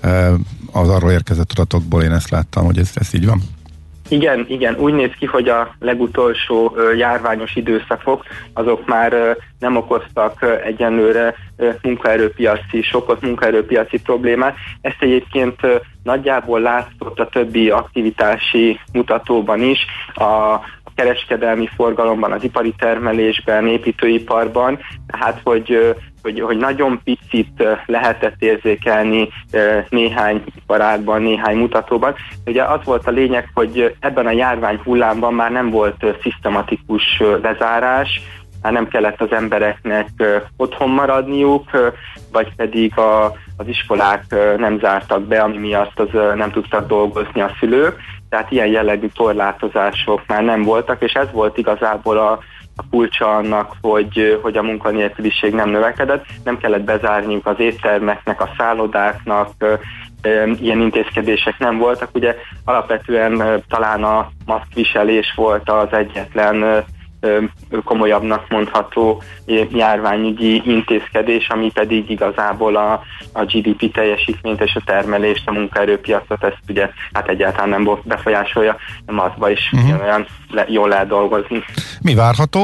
az arról érkezett adatokból én ezt láttam, hogy ez, ez így van. Igen, igen, úgy néz ki, hogy a legutolsó járványos időszakok, azok már nem okoztak egyenlőre munkaerőpiaci sokot, munkaerőpiaci problémát. Ezt egyébként nagyjából látszott a többi aktivitási mutatóban is, a kereskedelmi forgalomban, az ipari termelésben, építőiparban, tehát hogy, hogy, hogy nagyon picit lehetett érzékelni néhány iparágban, néhány mutatóban. Ugye az volt a lényeg, hogy ebben a járvány hullámban már nem volt szisztematikus lezárás, már nem kellett az embereknek otthon maradniuk, vagy pedig a, az iskolák nem zártak be, ami miatt az nem tudtak dolgozni a szülők. Tehát ilyen jellegű korlátozások már nem voltak, és ez volt igazából a, a kulcsa annak, hogy, hogy a munkanélküliség nem növekedett. Nem kellett bezárniuk az éttermeknek, a szállodáknak, ilyen intézkedések nem voltak. Ugye alapvetően talán a maszkviselés volt az egyetlen komolyabbnak mondható járványügyi intézkedés, ami pedig igazából a, a gé dé pé teljesítményt és a termelést, a munkaerőpiacot, ezt ugye hát egyáltalán nem befolyásolja, nem azba is uh-huh. olyan le, jól lehet dolgozni. Mi várható?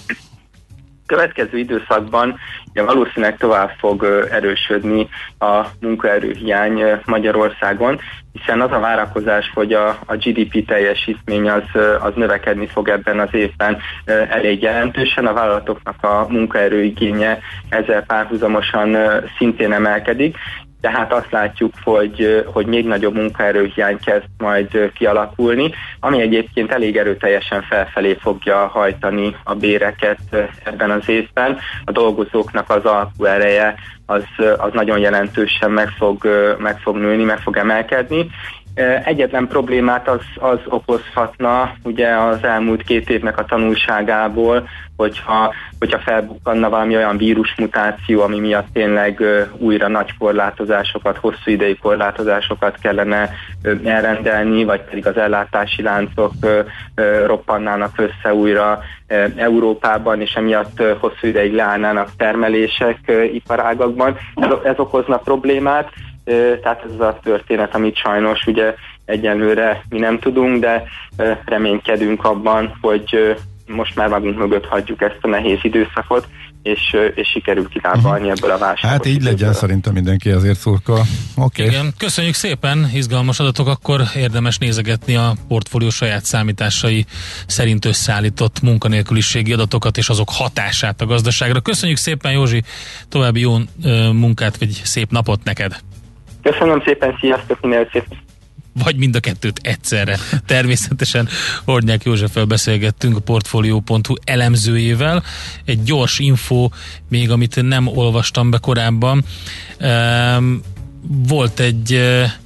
Következő időszakban ugye valószínűleg tovább fog erősödni a munkaerőhiány Magyarországon, hiszen az a várakozás, hogy a, a gé dé pé teljesítmény az, az növekedni fog ebben az évben elég jelentősen, a vállalatoknak a munkaerőigénye ezzel párhuzamosan szintén emelkedik, tehát azt látjuk, hogy, hogy még nagyobb munkaerőhiány kezd majd kialakulni, ami egyébként elég erőteljesen felfelé fogja hajtani a béreket ebben az évben. A dolgozóknak az alkuereje az, az nagyon jelentősen meg fog, meg fog nőni, meg fog emelkedni. Egyetlen problémát az, az okozhatna ugye az elmúlt két évnek a tanulságából, hogyha, hogyha felbukkanna valami olyan vírusmutáció, ami miatt tényleg újra nagy korlátozásokat, hosszú idei korlátozásokat kellene elrendelni, vagy pedig az ellátási láncok roppannának össze újra Európában, és emiatt hosszú ideig leállnának termelések iparágakban. Ez, ez okozna problémát. Tehát ez a történet, amit sajnos ugye egyenlőre mi nem tudunk, de reménykedünk abban, hogy most már magunk mögött hagyjuk ezt a nehéz időszakot, és, és sikerül kilábalni ebből a válságot. Hát így legyen, szerintem mindenki azért szurkol. Okay. Igen, köszönjük szépen, izgalmas adatok, akkor érdemes nézegetni a portfólió saját számításai szerint összeállított munkanélküliségi adatokat és azok hatását a gazdaságra. Köszönjük szépen, Józsi, további jó munkát, vagy szép napot neked! Köszönöm szépen, sziasztok, minél szép. Vagy mind a kettőt egyszerre. Természetesen Hornyák Józseffel beszélgettünk, a Portfolio pont hu elemzőjével. Egy gyors info, még amit nem olvastam be korábban. Volt egy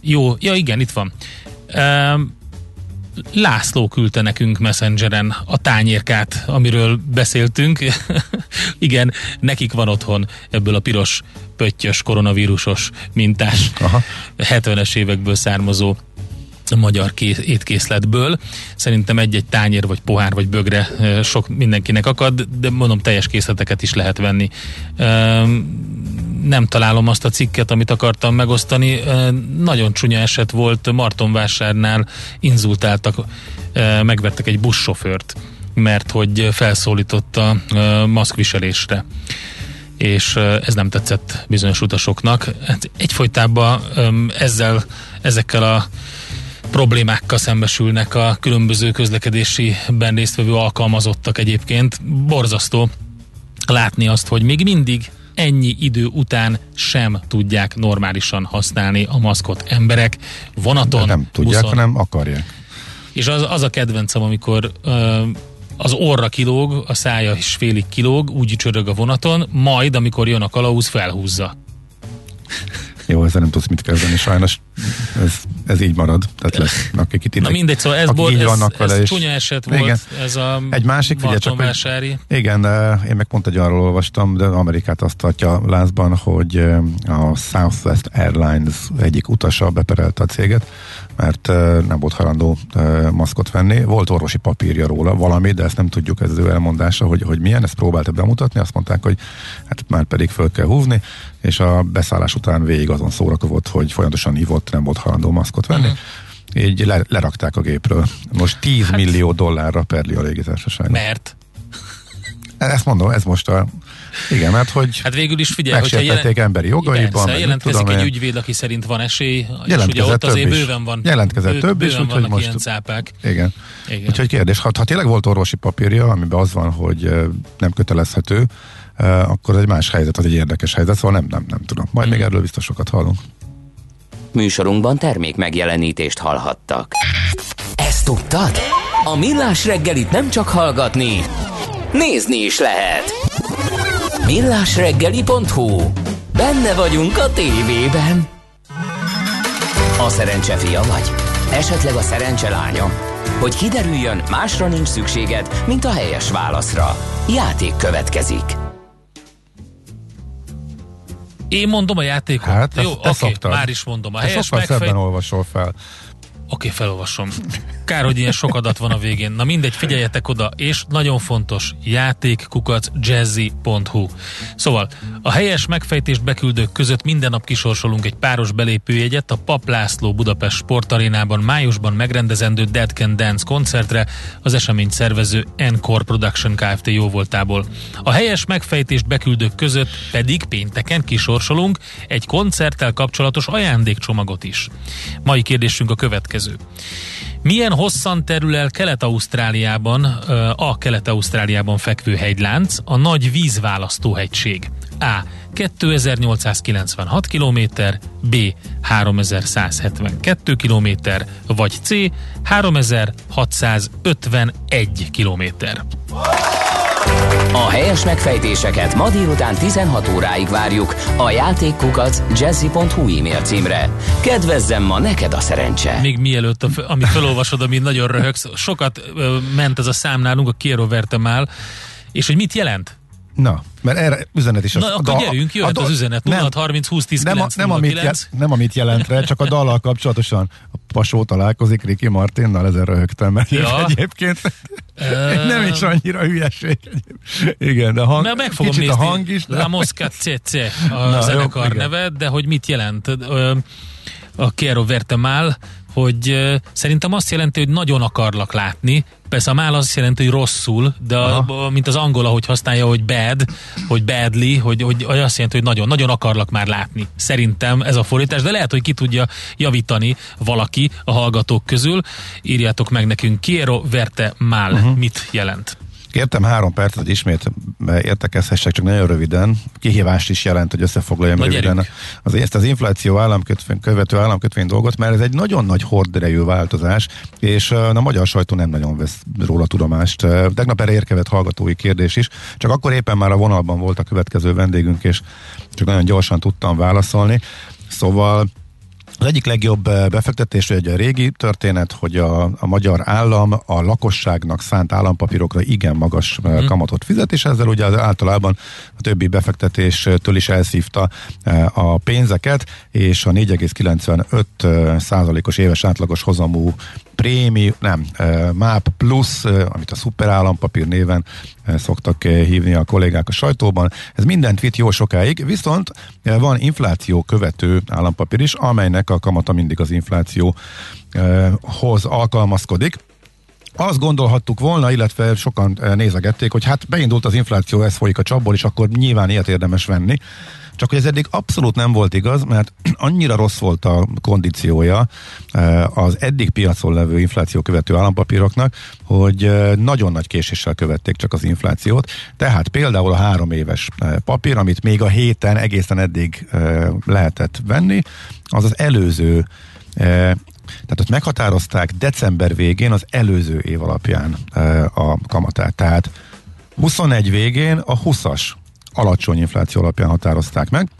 Jó, ja igen, itt van. Um, László küldte nekünk Messengeren a tányérkát, amiről beszéltünk. Igen, nekik van otthon ebből a piros, pöttyös, koronavírusos mintás, aha, hetvenes évekből származó magyar ké- étkészletből. Szerintem egy-egy tányér, vagy pohár, vagy bögre sok mindenkinek akad, de mondom, teljes készleteket is lehet venni. Nem találom azt a cikket, amit akartam megosztani. Nagyon csúnya eset volt, Martonvásárnál inzultáltak, megvettek egy buszsofőrt, mert hogy felszólította maszkviselésre, és ez nem tetszett bizonyos utasoknak. Egyfolytában ezzel, ezekkel a problémákkal szembesülnek a különböző közlekedésiben résztvevő alkalmazottak egyébként. Borzasztó látni azt, hogy még mindig ennyi idő után sem tudják normálisan használni a maszkot emberek vonaton, de nem tudják, buszon, hanem akarják. És az, az a kedvencem, amikor ö, az orra kilóg, a szája is félig kilóg, úgy csörög a vonaton, majd amikor jön a kalauz, felhúzza. Jó, ezzel nem tudsz mit kezdeni, sajnos ez, ez így marad. Tehát lesz, akik itt Na mindegy, szóval ez, bor, ez, ez és... csúnya eset volt, igen. Ez a egy másik, figyelj csak, hogy, igen, én meg pont egy arról olvastam, de Amerikát azt tartja lázban, hogy a Southwest Airlines egyik utasa beperelte a céget, mert nem volt hajlandó maszkot venni. Volt orvosi papírja róla, valami, de ezt nem tudjuk, ez az ő elmondása, hogy, hogy milyen, ezt próbálta bemutatni, azt mondták, hogy hát már pedig föl kell húzni, és a beszállás után végig azon szórakozott, hogy folyamatosan hívott, nem volt hajlandó maszkot venni. Uh-huh. Így le, lerakták a gépről. Most tíz hát, millió dollárra perli a légitársaság. Mert? Ezt mondom, ez most a... Igen, mert hogy hát végül is figyelj, megsértették jelen... emberi jogaiban. Persze, jelentkezik tudom, egy ügyvéd, aki szerint van esély, és ugye ott azért is. bőven van. Jelentkezett bő, több is, úgyhogy most... ilyen cápák. Igen. Igen. Úgyhogy kérdés, ha, ha tényleg volt orvosi papírja, amiben az van, hogy nem kötelezhető, akkor egy más helyzet, az egy érdekes helyzet, szóval nem, nem, nem tudom. Majd hmm. még erről biztos sokat hallunk. Műsorunkban termék megjelenítést hallhattak. Ezt tudtad? A Millás reggelit nem csak hallgatni, nézni is lehet. millásreggeli pont hu. Benne vagyunk a tévében. A szerencse fia vagy? Esetleg a szerencse lánya? Hogy kiderüljön, másra nincs szükséged, mint a helyes válaszra. Játék következik. Én mondom a játékot. Hát, jó, oké, okay, már is mondom. A te helyes megfej... szebben olvasol fel. Oké, okay, felolvasom. Kár, hogy ilyen sok adat van a végén. Na mindegy, figyeljetek oda, és nagyon fontos, játékkukac jazzy pont hu. Szóval, a helyes megfejtést beküldők között minden nap kisorsolunk egy páros belépőjegyet a Papp László Budapest Sportarénában májusban megrendezendő Dead Can Dance koncertre, az eseményt szervező Encore Production Kft. Jóvoltából. A helyes megfejtést beküldők között pedig pénteken kisorsolunk egy koncerttel kapcsolatos ajándékcsomagot is. Mai kérdésünk a következő. Milyen hosszan terül el Kelet-Ausztráliában, a Kelet-Ausztráliában fekvő hegylánc, a Nagy Vízválasztóhegység? A. kétezer-nyolcszázkilencvenhat kilométer, B. háromezer-százhetvenkettő kilométer, vagy C. háromezer-hatszázötvenegy kilométer. A helyes megfejtéseket ma délután tizenhat óráig várjuk a játékkukac jazzy pont hu e-mail címre. Kedvezzem ma neked a szerencse! Még mielőtt, a, amit felolvasod, amit nagyon röhögsz, sokat ö, ment ez a szám nálunk, a Quiero Verte Mal, és hogy mit jelent? Na, mert erre üzenet is. Na, az, akkor da, gyerünk, jöhet az üzenet. nulla hat harminc húsz tíz kilenc nem, nem, amit je, nem amit jelentre, csak a dallal kapcsolatosan. A Pasó találkozik Ricky Martinnal, ezen röhögtem, mert ja. egyébként nem is annyira hülyeség. Igen, de a hang, meg fogom kicsit nézni, a hang is. La Mosca Cece a Na, zenekar jó, neve, de hogy mit jelent a Quiero Verte Mal, hogy uh, szerintem azt jelenti, hogy nagyon akarlak látni. Persze a mál azt jelenti, hogy rosszul, de a, mint az angol, ahogy használja, hogy bad, hogy badly, hogy, hogy azt jelenti, hogy nagyon, nagyon akarlak már látni. Szerintem ez a fordítás, de lehet, hogy ki tudja javítani valaki a hallgatók közül. Írjátok meg nekünk, Quiero Verte Mal, uh-huh. mit jelent? Kértem három percet, hogy ismét értekezhessek, csak nagyon röviden. Kihívást is jelent, hogy összefoglaljam Nagy röviden az, ezt az infláció államkötvény, követő államkötvény dolgot, mert ez egy nagyon nagy horderejű változás, és a magyar sajtó nem nagyon vesz róla tudomást. Tegnap erre érkezett hallgatói kérdés is, csak akkor éppen már a vonalban volt a következő vendégünk, és csak nagyon gyorsan tudtam válaszolni. Szóval Az egyik legjobb befektetés, egy régi történet, hogy a, a magyar állam a lakosságnak szánt állampapírokra igen magas mm. kamatot fizet, és ezzel ugye általában a többi befektetéstől is elszívta a pénzeket, és a négy egész kilencvenöt százalékos éves átlagos hozamú prémi, nem, MÁP plusz, amit a szuper állampapír néven szoktak hívni a kollégák a sajtóban. Ez mindent vitt jó sokáig, viszont van infláció követő állampapír is, amelynek a kamata mindig az inflációhoz alkalmazkodik. Azt gondolhattuk volna, illetve sokan nézegették, hogy hát beindult az infláció, ez folyik a csapból, és akkor nyilván ilyet érdemes venni. Csak hogy ez eddig abszolút nem volt igaz, mert annyira rossz volt a kondíciója az eddig piacon levő infláció követő állampapíroknak, hogy nagyon nagy késéssel követték csak az inflációt. Tehát például a három éves papír, amit még a héten egészen eddig lehetett venni, az az előző, tehát ott meghatározták december végén az előző év alapján a kamatát. Tehát huszonegy végén a huszas alacsony infláció alapján határozták meg,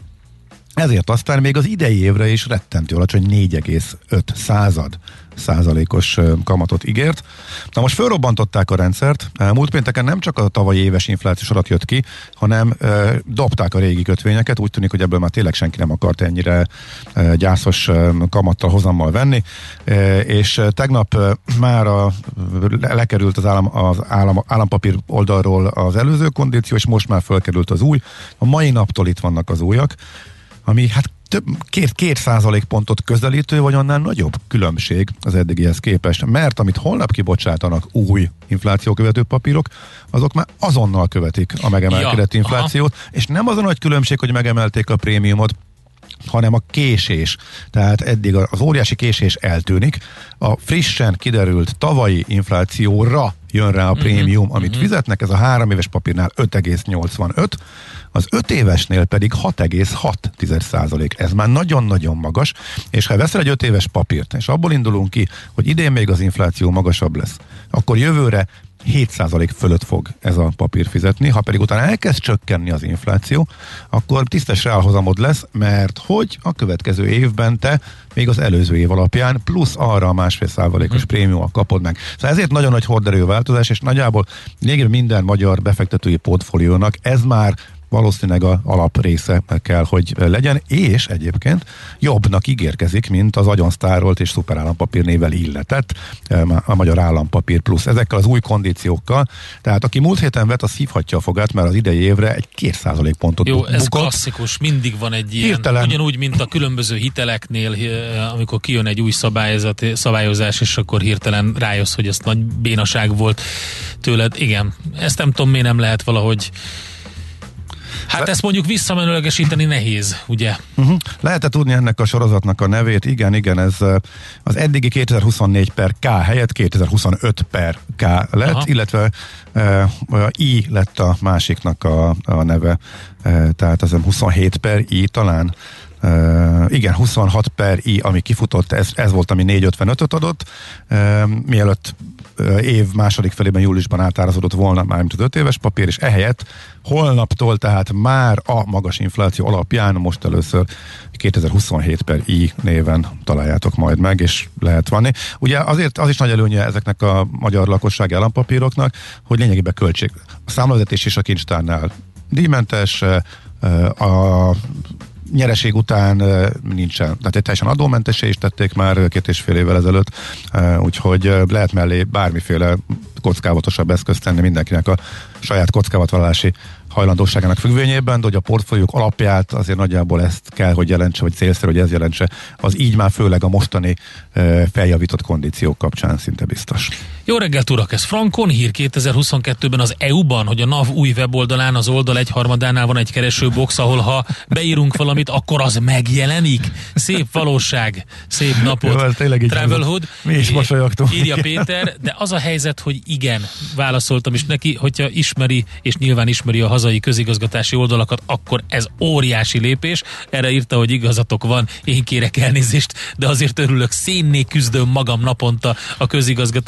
ezért aztán még az idei évre is rettentő alacsony négy egész öt század százalékos kamatot ígért. Na most fölrobbantották a rendszert, múlt pénteken nem csak a tavalyi éves inflációs adat jött ki, hanem e, dobták a régi kötvényeket, úgy tűnik, hogy ebből már tényleg senki nem akart ennyire e, gyászos e, kamattal, hozammal venni, e, és tegnap e, már a, lekerült az, állam, az állam, állampapír oldalról az előző kondíció, és most már fölkerült az új. A mai naptól itt vannak az újak, ami hát több, két, két százalékpontot közelítő, vagy annál nagyobb különbség az eddigihez képest, mert amit holnap kibocsátanak új inflációkövető papírok, azok már azonnal követik a megemelkedett ja, inflációt, aha. És nem az a nagy különbség, hogy megemelték a prémiumot, hanem a késés. Tehát eddig az óriási késés eltűnik. A frissen kiderült tavalyi inflációra jön rá a prémium, uh-huh, amit uh-huh. fizetnek, ez a három éves papírnál öt egész nyolcvanöt, az öt évesnél pedig hat egész hat százalék. Ez már nagyon-nagyon magas, és ha veszel egy öt éves papírt, és abból indulunk ki, hogy idén még az infláció magasabb lesz, akkor jövőre hét százalék fölött fog ez a papír fizetni, ha pedig utána elkezd csökkenni az infláció, akkor tisztes reálhozamod lesz, mert hogy a következő évben te még az előző év alapján plusz arra a másfél százalékos prémiumot kapod meg. Szóval ezért nagyon nagy horderejű változás, és nagyjából lényegében minden magyar befektetői portfóliónak ez már valószínűleg a alap része kell, hogy legyen, és egyébként jobbnak ígérkezik, mint az agyonsztárolt és szuperállampapír névvel illetett a magyar állampapír plusz. Ezekkel az új kondíciókkal, tehát aki múlt héten vett, az szívhatja a fogát, mert az idei évre egy két százalékpontot Jó, bukott. ez klasszikus, mindig van egy ilyen, hirtelen, ugyanúgy, mint a különböző hiteleknél, amikor kijön egy új szabályozat, szabályozás, és akkor hirtelen rájössz, hogy ez nagy bénaság volt tőled. Igen, ezt nem tudom, miért nem lehet valahogy. Hát ezt mondjuk visszamenőlegesíteni nehéz, ugye? Uh-huh. Lehet-e tudni ennek a sorozatnak a nevét? Igen, igen, ez az eddigi kétezer-huszonnégy per K helyett kétezer-huszonöt per K lett, aha. illetve uh, I lett a másiknak a, a neve, uh, tehát az huszonhét per I talán. Uh, igen, huszonhat per I, ami kifutott, ez, ez volt, ami négy ötvenötöt adott, uh, mielőtt uh, év második felében, júliusban átárazódott volna már, mint az öt éves papír, és ehelyett holnaptól tehát már a magas infláció alapján most először kétezer-huszonhét per I néven találjátok majd meg, és lehet vanni. Ugye azért az is nagy előnye ezeknek a magyar lakossági állampapíroknak, hogy lényegében költség. A számlavezetés is a kincstárnál díjmentes, uh, a nyereség után nincsen, tehát egy teljesen adómentessé is tették már két és fél évvel ezelőtt, úgyhogy lehet mellé bármiféle kockávatosabb eszközt tenni mindenkinek a saját kockázatvállalási hajlandóságának függvényében, de hogy a portfóliók alapját azért nagyjából ezt kell, hogy jelentse, vagy célszerű, hogy ez jelentse, az így már főleg a mostani e, feljavított kondíciók kapcsán szinte biztos. Jó reggelt, urak! Ez Frankon hír kétezer-huszonkettőben az é u-ban, hogy a NAV új weboldalán az oldal egyharmadánál van egy keresőbox, ahol ha beírunk valamit, akkor az megjelenik. Szép valóság, szép napot. Travelhood. Mi is mosolyogtunk. Írja Péter, de az a helyzet, hogy igen, válaszoltam is neki, hogyha ismeri, és nyilván ismeri a hazai közigazgatási oldalakat, akkor ez óriási lépés. Erre írta, hogy igazatok van, én kérek elnézést, de azért örülök, szénné küzdöm magam naponta a közigazgatási oldalak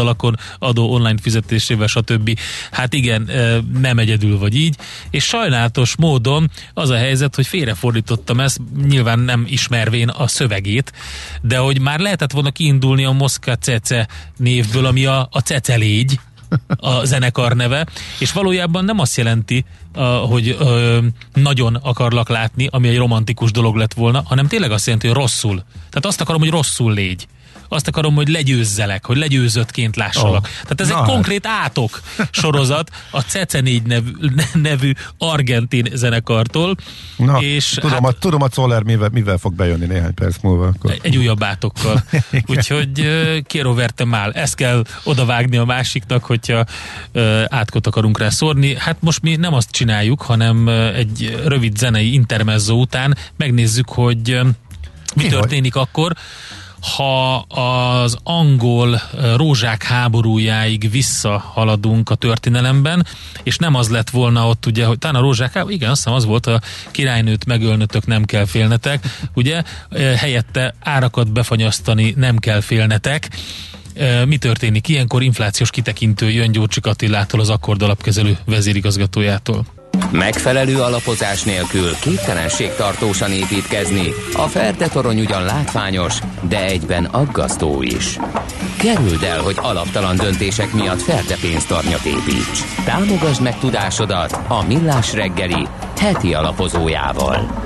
bankszámlálakon, adó online fizetésével, stb. Hát igen, nem egyedül vagy így, és sajnálatos módon az a helyzet, hogy félrefordítottam ezt, nyilván nem ismervén a szövegét, de hogy már lehetett volna kiindulni a Moszkva Cece névből, ami a, a Cecelégy, a zenekar neve, és valójában nem azt jelenti, uh, hogy uh, nagyon akarlak látni, ami egy romantikus dolog lett volna, hanem tényleg azt jelenti, hogy rosszul. Tehát azt akarom, hogy rosszul légy. Azt akarom, hogy legyőzzelek, hogy legyőzöttként lássalak. Oh. Tehát ez Na egy hát. konkrét átok sorozat a Cece négy nevű, nevű argentin zenekartól. Na, és tudom, hát, a, tudom a Czoller mivel, mivel fog bejönni néhány perc múlva. Akkor. Egy újabb átokkal. Úgyhogy uh, Quiero verte mal. Ezt kell odavágni a másiknak, hogyha uh, átkot akarunk rá szórni. Hát most mi nem azt csináljuk, hanem uh, egy rövid zenei intermezzo után megnézzük, hogy uh, mi Mi történik vagy? akkor, ha az angol rózsák háborújáig visszahaladunk a történelemben, és nem az lett volna ott, ugye, hogy talán a rózsák háború, igen, azt hiszem az volt, a királynőt megölnötök, nem kell félnetek, ugye, helyette árakat befanyasztani nem kell félnetek. Mi történik? Ilyenkor inflációs kitekintő jön Gyurcsik Attilától, az Akkord alapkezelő vezérigazgatójától. Megfelelő alapozás nélkül képtelenség tartósan építkezni. A Ferde torony ugyan látványos, de egyben aggasztó is. Kerüld el, hogy alaptalan döntések miatt Ferde pénztarnyat építs. Támogasd meg tudásodat a Millás reggeli heti alapozójával.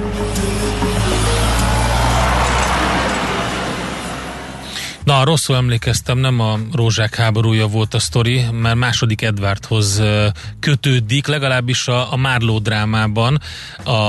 Na, rosszul emlékeztem, nem a rózsák háborúja volt a sztori, mert második Edwardhoz kötődik, legalábbis a, a Marlowe drámában a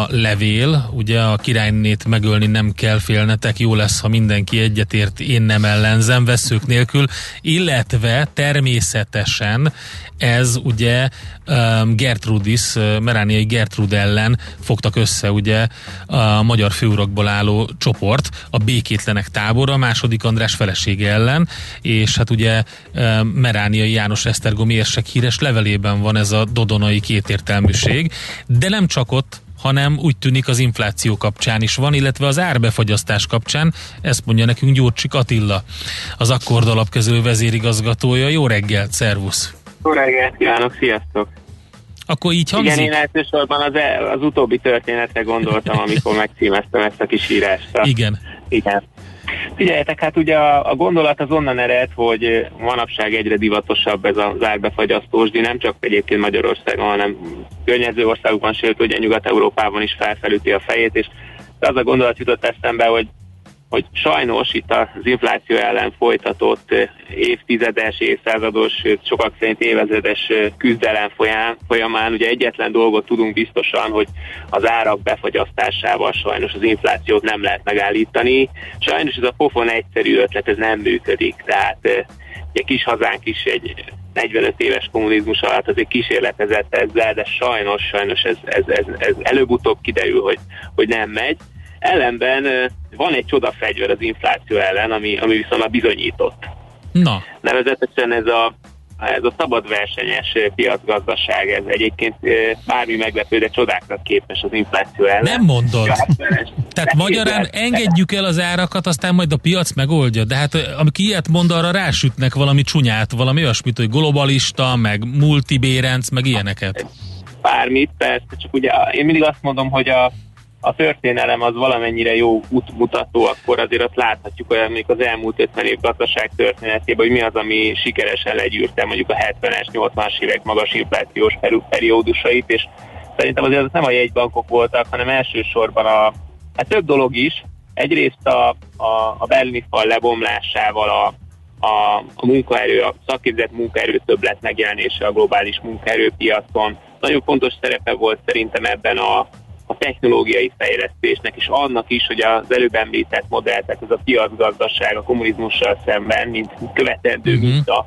levél, ugye a királynét megölni nem kell félnetek, jó lesz, ha mindenki egyetért, én nem ellenzem, veszők nélkül, illetve természetesen ez ugye um, Gertrudis, uh, Merániai Gertrud ellen fogtak össze ugye a magyar főurakból álló csoport, a békétlenek tábora, második András felesége ellen, és hát ugye um, Merániai János Esztergomi érsek híres levelében van ez a dodonai kétértelműség, de nem csak ott, hanem úgy tűnik az infláció kapcsán is van, illetve az árbefagyasztás kapcsán, ezt mondja nekünk Gyurcsik Attila, az Akkord alapkezelő vezérigazgatója. Jó reggelt, szervusz! Jó reggelt kívánok, sziasztok! Akkor így hangzik? Igen, én elsősorban az, az utóbbi történetre gondoltam, amikor megcímeztem ezt a kis írást. Igen. Igen. Figyeljetek, hát ugye a, a gondolat az onnan ered, hogy manapság egyre divatosabb ez az árbefagyasztósdi, nem csak egyébként Magyarországon, hanem környező országokban, sőt ugye Nyugat-Európában is felfelüti a fejét, és az a gondolat jutott eszembe, hogy hogy sajnos itt az infláció ellen folytatott évtizedes, évszázados, sokak szerint évezredes küzdelem folyamán, folyamán ugye egyetlen dolgot tudunk biztosan, hogy az árak befagyasztásával sajnos az inflációt nem lehet megállítani. Sajnos ez a pofon egyszerű ötlet, ez nem működik. Tehát egy kis hazánk is egy negyvenöt éves kommunizmus alatt azért kísérletezett ezzel, de sajnos, sajnos ez, ez, ez, ez előbb-utóbb kiderül, hogy, hogy nem megy. Ellenben van egy csodafegyver az infláció ellen, ami, ami viszont bizonyított. Na. Nevezetesen ez a, ez a szabad versenyes piacgazdaság, ez egyébként bármi meglepő, de csodákra képes az infláció ellen. Nem mondod. Tehát magyarán engedjük el az árakat, aztán majd a piac megoldja. De hát amikor ilyet mond, arra rásütnek valami csúnyát, valami olyasmit, hogy globalista, meg multibérenc, meg ilyeneket. Bármit, persze, csak ugye én mindig azt mondom, hogy a a történelem az valamennyire jó útmutató, akkor azért azt láthatjuk, hogy mondjuk az elmúlt ötven év gazdaság történetében, hogy mi az, ami sikeresen legyűrte mondjuk a hetvenes, nyolcvanas évek magas inflációs periódusait, és szerintem azért az nem a jegybankok voltak, hanem elsősorban a, hát több dolog is. Egyrészt a, a, a berlini fal lebomlásával a, a, a munkaerő, a szakképzett munkaerő többlet megjelenése a globális munkaerőpiacon. Nagyon fontos szerepe volt szerintem ebben a a technológiai fejlesztésnek, és annak is, hogy az előbb említett modell, tehát ez a piacgazdaság a kommunizmussal szemben, mint követendő uh-huh. minta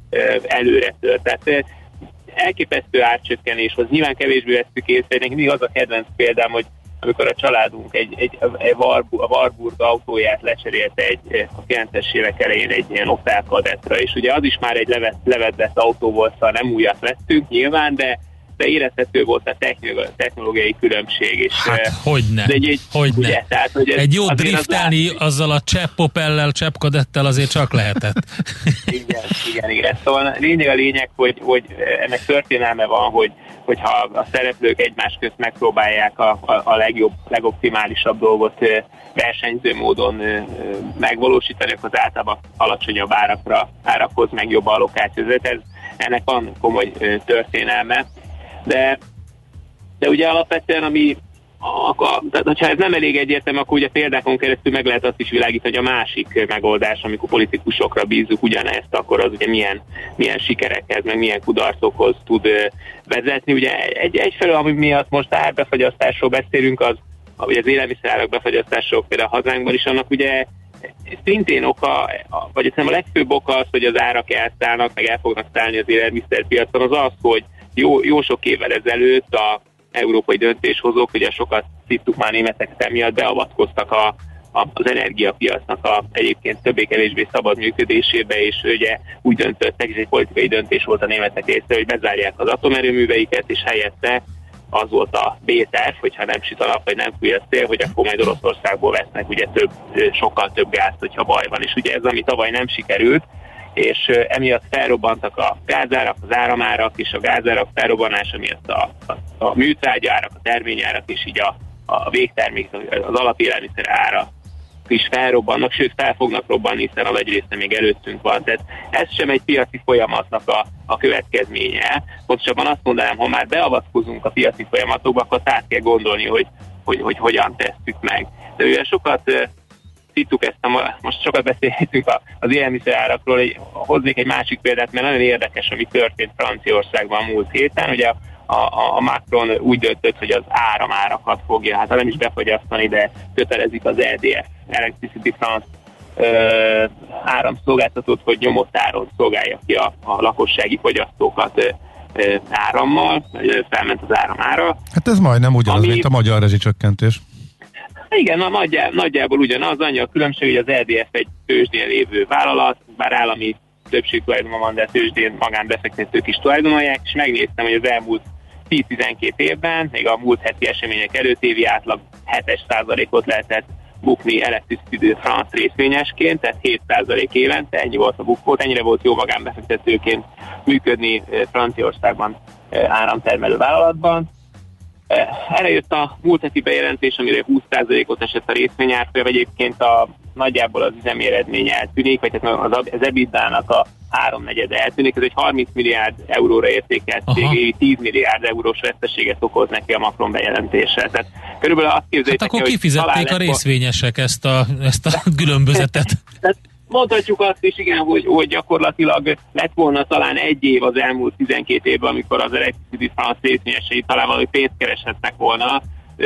előre tört. Tehát elképesztő árcsökkenés, az nyilván kevésbé vesztük észre, nekem mindig az a kedvenc példám, hogy amikor a családunk egy, egy, egy Warburg, a Warburg autóját lecserélte egy, a kilencvenes évek elején egy ilyen Opel Kadettra, és ugye az is már egy levet, levedett autó volt, szóval nem újat vettünk nyilván, de de érezhető volt a technológiai különbség. És, hát hogyne, egy, egy, hogyne. Ugye, tehát, hogy egy jó driftelni az azzal a cseppopellel, cseppkadettel azért csak lehetett. igen, igen, igen. Szóval lényeg a lényeg, hogy, hogy ennek történelme van, hogy hogyha a szereplők egymás közt megpróbálják a, a, a legjobb, legoptimálisabb dolgot versenyző módon megvalósítani, akkor az általában alacsonyabb árakra, árakhoz meg jobb allokáció. Ez, ennek van komoly történelme, de, de ugye alapvetően, ami akkor, tehát, ha ez nem elég egyértelmű, akkor ugye példákon keresztül meg lehet azt is világítani, hogy a másik megoldás, amikor politikusokra bízzuk ugyanezt, akkor az ugye milyen, milyen sikerekhez, meg milyen kudarcokhoz tud vezetni. Ugye egy, egyfelől, ami miatt most árbefagyasztásról beszélünk, az ugye az élelmiszerárak befagyasztásról például a hazánkban is, annak ugye szintén oka, vagy a legfőbb oka az, hogy az árak elszállnak, meg el fognak szállni az élelmiszerpiacon, az az, hogy jó, jó sok évvel ezelőtt a európai döntéshozók, ugye sokat szittuk már németeket emiatt, beavatkoztak a, a, az energiapiacnak a egyébként többé-kevésbé szabad működésébe, és ugye úgy döntöttek, és egy politikai döntés volt a németek részre, hogy bezárják az atomerőműveiket, és helyette az volt a B-terv, hogyha nem süt a nap, vagy nem fúj a szél, hogy akkor majd Oroszországból vesznek ugye több, sokkal több gázt, hogyha baj van. És ugye ez, ami tavaly nem sikerült, és emiatt felrobbantak a gázárak, az áramárak, és a gázárak felrobbanása miatt a, a, a műtrágyárak, a terményárak, és így a, a végtermék, az alapélelmiszer ára is felrobbannak, sőt fel fognak robbanni, hiszen a nagy része még előttünk van. Tehát ez sem egy piaci folyamatnak a, a következménye. Pontosabban azt mondanám, ha már beavatkozunk a piaci folyamatokba, akkor át kell gondolni, hogy, hogy, hogy hogyan tesszük meg. De mivel sokat szittuk ezt, a, most sokat beszélhetünk az élelmiszerárakról, hoznék egy másik példát, mert nagyon érdekes, ami történt Franciaországban múlt héten. Ugye a, a, a Macron úgy döntött, hogy az áramárakat fogja, hát nem is befogyasztani, de kötelezik az E D F, Electricity France ö, áramszolgáltatót, hogy nyomott áron szolgálja ki a, a lakossági fogyasztókat ö, ö, árammal, felment az áramára. Hát ez majdnem ugyanaz, ami, mint a magyar rezsicsökkentés. Igen, na, nagyjá, nagyjából ugyanaz, annyi a különbség, hogy az E D F egy tőzsdén lévő vállalat, bár állami többség tulajdonban van, de tőzsdén magánbefektetők is tulajdonolják, és megnéztem, hogy az elmúlt tíz-tizenkét évben, még a múlt heti események előtt évi átlag hetes százalékot lehetett bukni Electricity France részvényesként, tehát hét százalék évente, ennyi volt a bukót, ennyire volt jó magánbefektetőként működni Franciaországban áramtermelő vállalatban. Erre jött a múlt heti bejelentés, amire húsz százalékot esett a részvényárfolyam, egyébként a, nagyjából az üzemi eredmény eltűnik, vagy az, az EBITDA-nak a háromnegyede eltűnik, ez egy harminc milliárd euróra értékelt cég, tíz milliárd eurós veszteséget okoz neki a Macron bejelentése. Tehát körülbelül azt képzeljétek, hát akkor kifizették a részvényesek ezt a, ezt a különbözetet. Mondhatjuk azt is, igen, hogy, hogy gyakorlatilag lett volna talán egy év az elmúlt tizenkét évben, amikor az Electricity France részvényesei talán valami pénzt kereshetnek volna,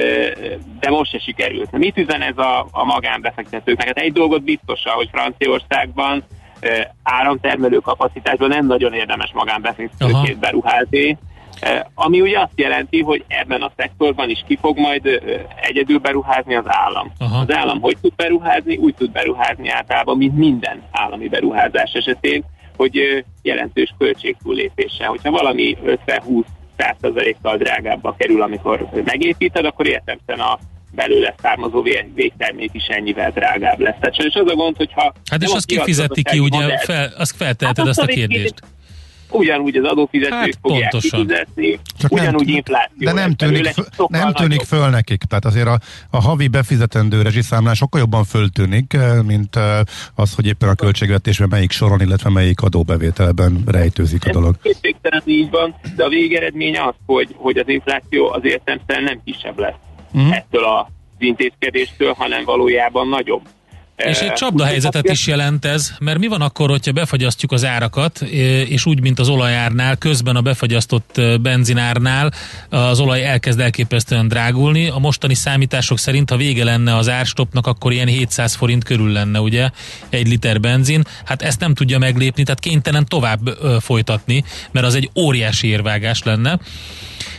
de most se sikerült. Mit üzen ez a, a magánbefektetőknek? Hát egy dolgot biztosan, hogy Franciaországban áramtermelő kapacitásban nem nagyon érdemes magánbefektetőként beruházni, ami ugye azt jelenti, hogy ebben a szektorban is ki fog majd egyedül beruházni az állam. Aha. Az állam hogy tud beruházni? Úgy tud beruházni általában, mint minden állami beruházás esetén, hogy jelentős költségtúllépéssel. Hogyha valami ötven-húsz százalékkal drágábbba kerül, amikor megépíted, akkor értelemszerűen a belőle származó végtermék is ennyivel drágább lesz. Tehát és az a gond, hogyha... Hát és azt kifizeti ki, ugye, modell, fel, azt felteheted hát azt a kérdést. Ki, ugyanúgy az adófizetők hát, fogják pontosan kifizetni, csak ugyanúgy nem, infláció. De nem tűnik, föl, nem tűnik föl nekik, tehát azért a, a havi befizetendő rezsiszámlán sokkal jobban föltűnik, mint az, hogy éppen a költségvetésben melyik soron, illetve melyik adóbevételben rejtőzik a dolog. Ez kétségtelen így van, de a végeredmény az, hogy, hogy az infláció az értelemszerűen nem kisebb lesz uh-huh. ettől az intézkedéstől, hanem valójában nagyobb. És egy csapdahelyzetet is jelent ez, mert mi van akkor, hogyha befagyasztjuk az árakat, és úgy, mint az olajárnál, közben a befagyasztott benzinárnál az olaj elkezd elképesztően drágulni. A mostani számítások szerint, ha vége lenne az árstopnak, akkor ilyen hétszáz forint körül lenne, ugye, egy liter benzin. Hát ezt nem tudja meglépni, tehát kénytelen tovább folytatni, mert az egy óriási érvágás lenne.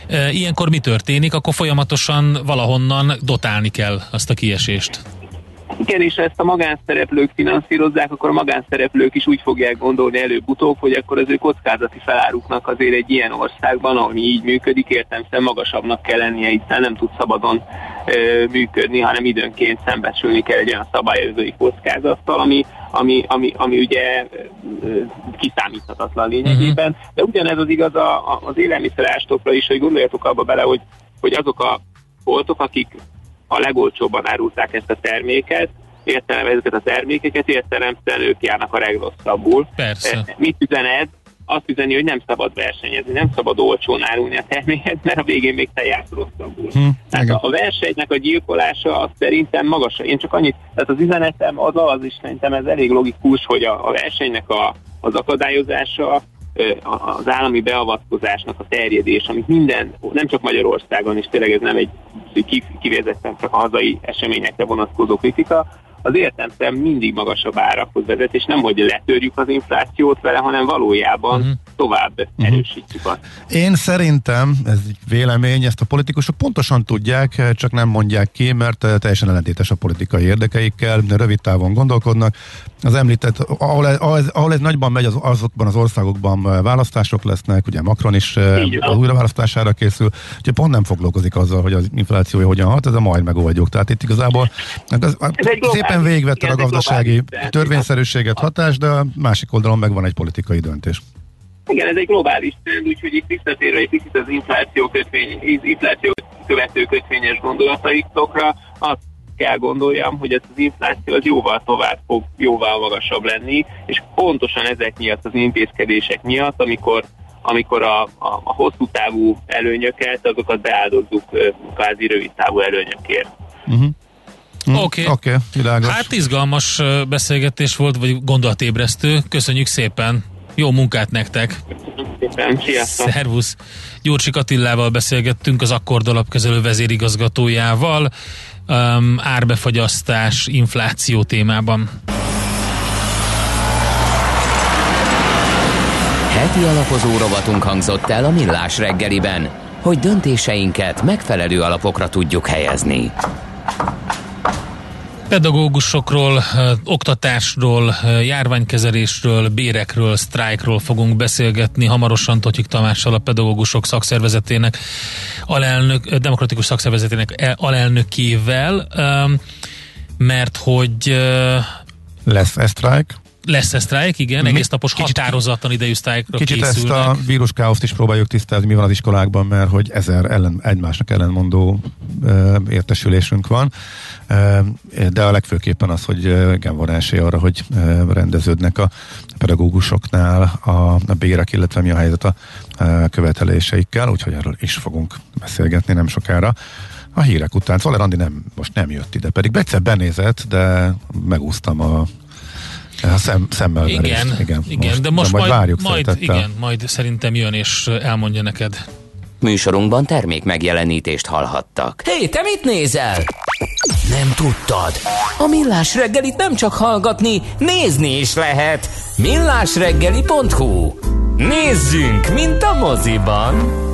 Ilyenkor mi történik? Akkor folyamatosan valahonnan dotálni kell azt a kiesést. Igen, és ha ezt a magánszereplők finanszírozzák, akkor a magánszereplők is úgy fogják gondolni előbb-utóbb, hogy akkor az ő kockázati feláruknak azért egy ilyen országban, ahol így működik, értelemszerűen magasabbnak kell lennie, hiszen nem tud szabadon ö, működni, hanem időnként szembesülni kell egy olyan szabályozói kockázattal, ami, ami, ami, ami ugye ö, kiszámíthatatlan lényegében. De ugyanez az igaz a, a, az élelmiszerástokra is, hogy gondoljatok abba bele, hogy, hogy azok a boltok, akik a legolcsóbban árulták ezt a terméket, értelem ezeket a termékeket, értelemszerűen ők járnak a legrosszabbul. Persze. Mit üzened? Azt üzeni, hogy nem szabad versenyezni, nem szabad olcsón árulni a terméket, mert a végén még te jársz rosszabbul. Hm, tehát a versenynek a gyilkolása az szerintem magas. Én csak annyit, tehát az üzenetem az az, és szerintem ez elég logikus, hogy a, a versenynek a, az akadályozása, az állami beavatkozásnak a terjedés, amit minden, nem csak Magyarországon, és tényleg ez nem egy kifejezetten csak a hazai eseményekre vonatkozó kritika, az értelemszerűen mindig magasabb árakhoz vezet, és nem, hogy letörjük az inflációt vele, hanem valójában uh-huh. tovább uh-huh. erősítjük azt. Én szerintem, ez egy vélemény, ezt a politikusok pontosan tudják, csak nem mondják ki, mert teljesen ellentétes a politikai érdekeikkel, rövid távon gondolkodnak. Az említett, ahol ez, ahol ez nagyban megy, az, azokban az országokban választások lesznek, ugye Macron is az újraválasztására készül, úgyhogy pont nem foglalkozik azzal, hogy az inflációja hogyan hat, ez a majd megoldjuk. Tehát itt igazából ez, ez szépen végigvette a gazdasági törvényszerűséget, hatás, de a másik oldalon meg van egy politikai döntés. Igen, ez egy globális trend, úgyhogy itt visszatérve egy picit az infláció, kötvény, infláció követő kötvényes gondolataitokra, azt kell gondoljam, hogy ez az infláció az jóval tovább fog, jóval magasabb lenni, és pontosan ezek miatt, az intézkedések miatt, amikor, amikor a, a, a hosszú távú előnyöket, azokat beáldozzuk kvázi rövid távú előnyökért. Uh-huh. Mm, Oké, okay. okay, hát izgalmas beszélgetés volt, vagy gondolatébresztő. Köszönjük szépen, jó munkát nektek! Köszönöm, sziasztok! Szervusz! Gyurcsik Attilával beszélgettünk, az Akkord alapkezelő vezérigazgatójával, um, árbefagyasztás, infláció témában. Heti alapozó rovatunk hangzott el a Millás reggeliben, hogy döntéseinket megfelelő alapokra tudjuk helyezni. Pedagógusokról, oktatásról, járványkezelésről, bérekről, sztrájkról fogunk beszélgetni hamarosan Totyik Tamással, a pedagógusok szakszervezetének alelnök, demokratikus szakszervezetének alelnökével, mert hogy lesz-e sztrájk? Lesz-e sztrájk, igen, egész napos határozatlan idejű sztrájkra kicsit készülnek. Ezt a víruskáoszt is próbáljuk tisztázni, mi van az iskolákban, mert hogy ezer ellen, egymásnak ellenmondó ö, értesülésünk van, ö, de a legfőképpen az, hogy ö, igen, van esély arra, hogy ö, rendeződnek a pedagógusoknál a, a bérek, illetve mi a helyzet a ö, követeléseikkel, úgyhogy erről is fogunk beszélgetni nem sokára. A hírek után. Szóval Randi nem, most nem jött ide, pedig egyszer benézett, de megúsztam a A szem, szemmel igen, verést. igen, igen most, de most de majd, majd, várjuk majd, igen, majd szerintem jön és elmondja neked. Műsorunkban termék megjelenítést hallhattak. Hé, te mit nézel? Nem tudtad? A Millás reggelit nem csak hallgatni, nézni is lehet. millásreggeli pont hu. Nézzünk, mint a moziban!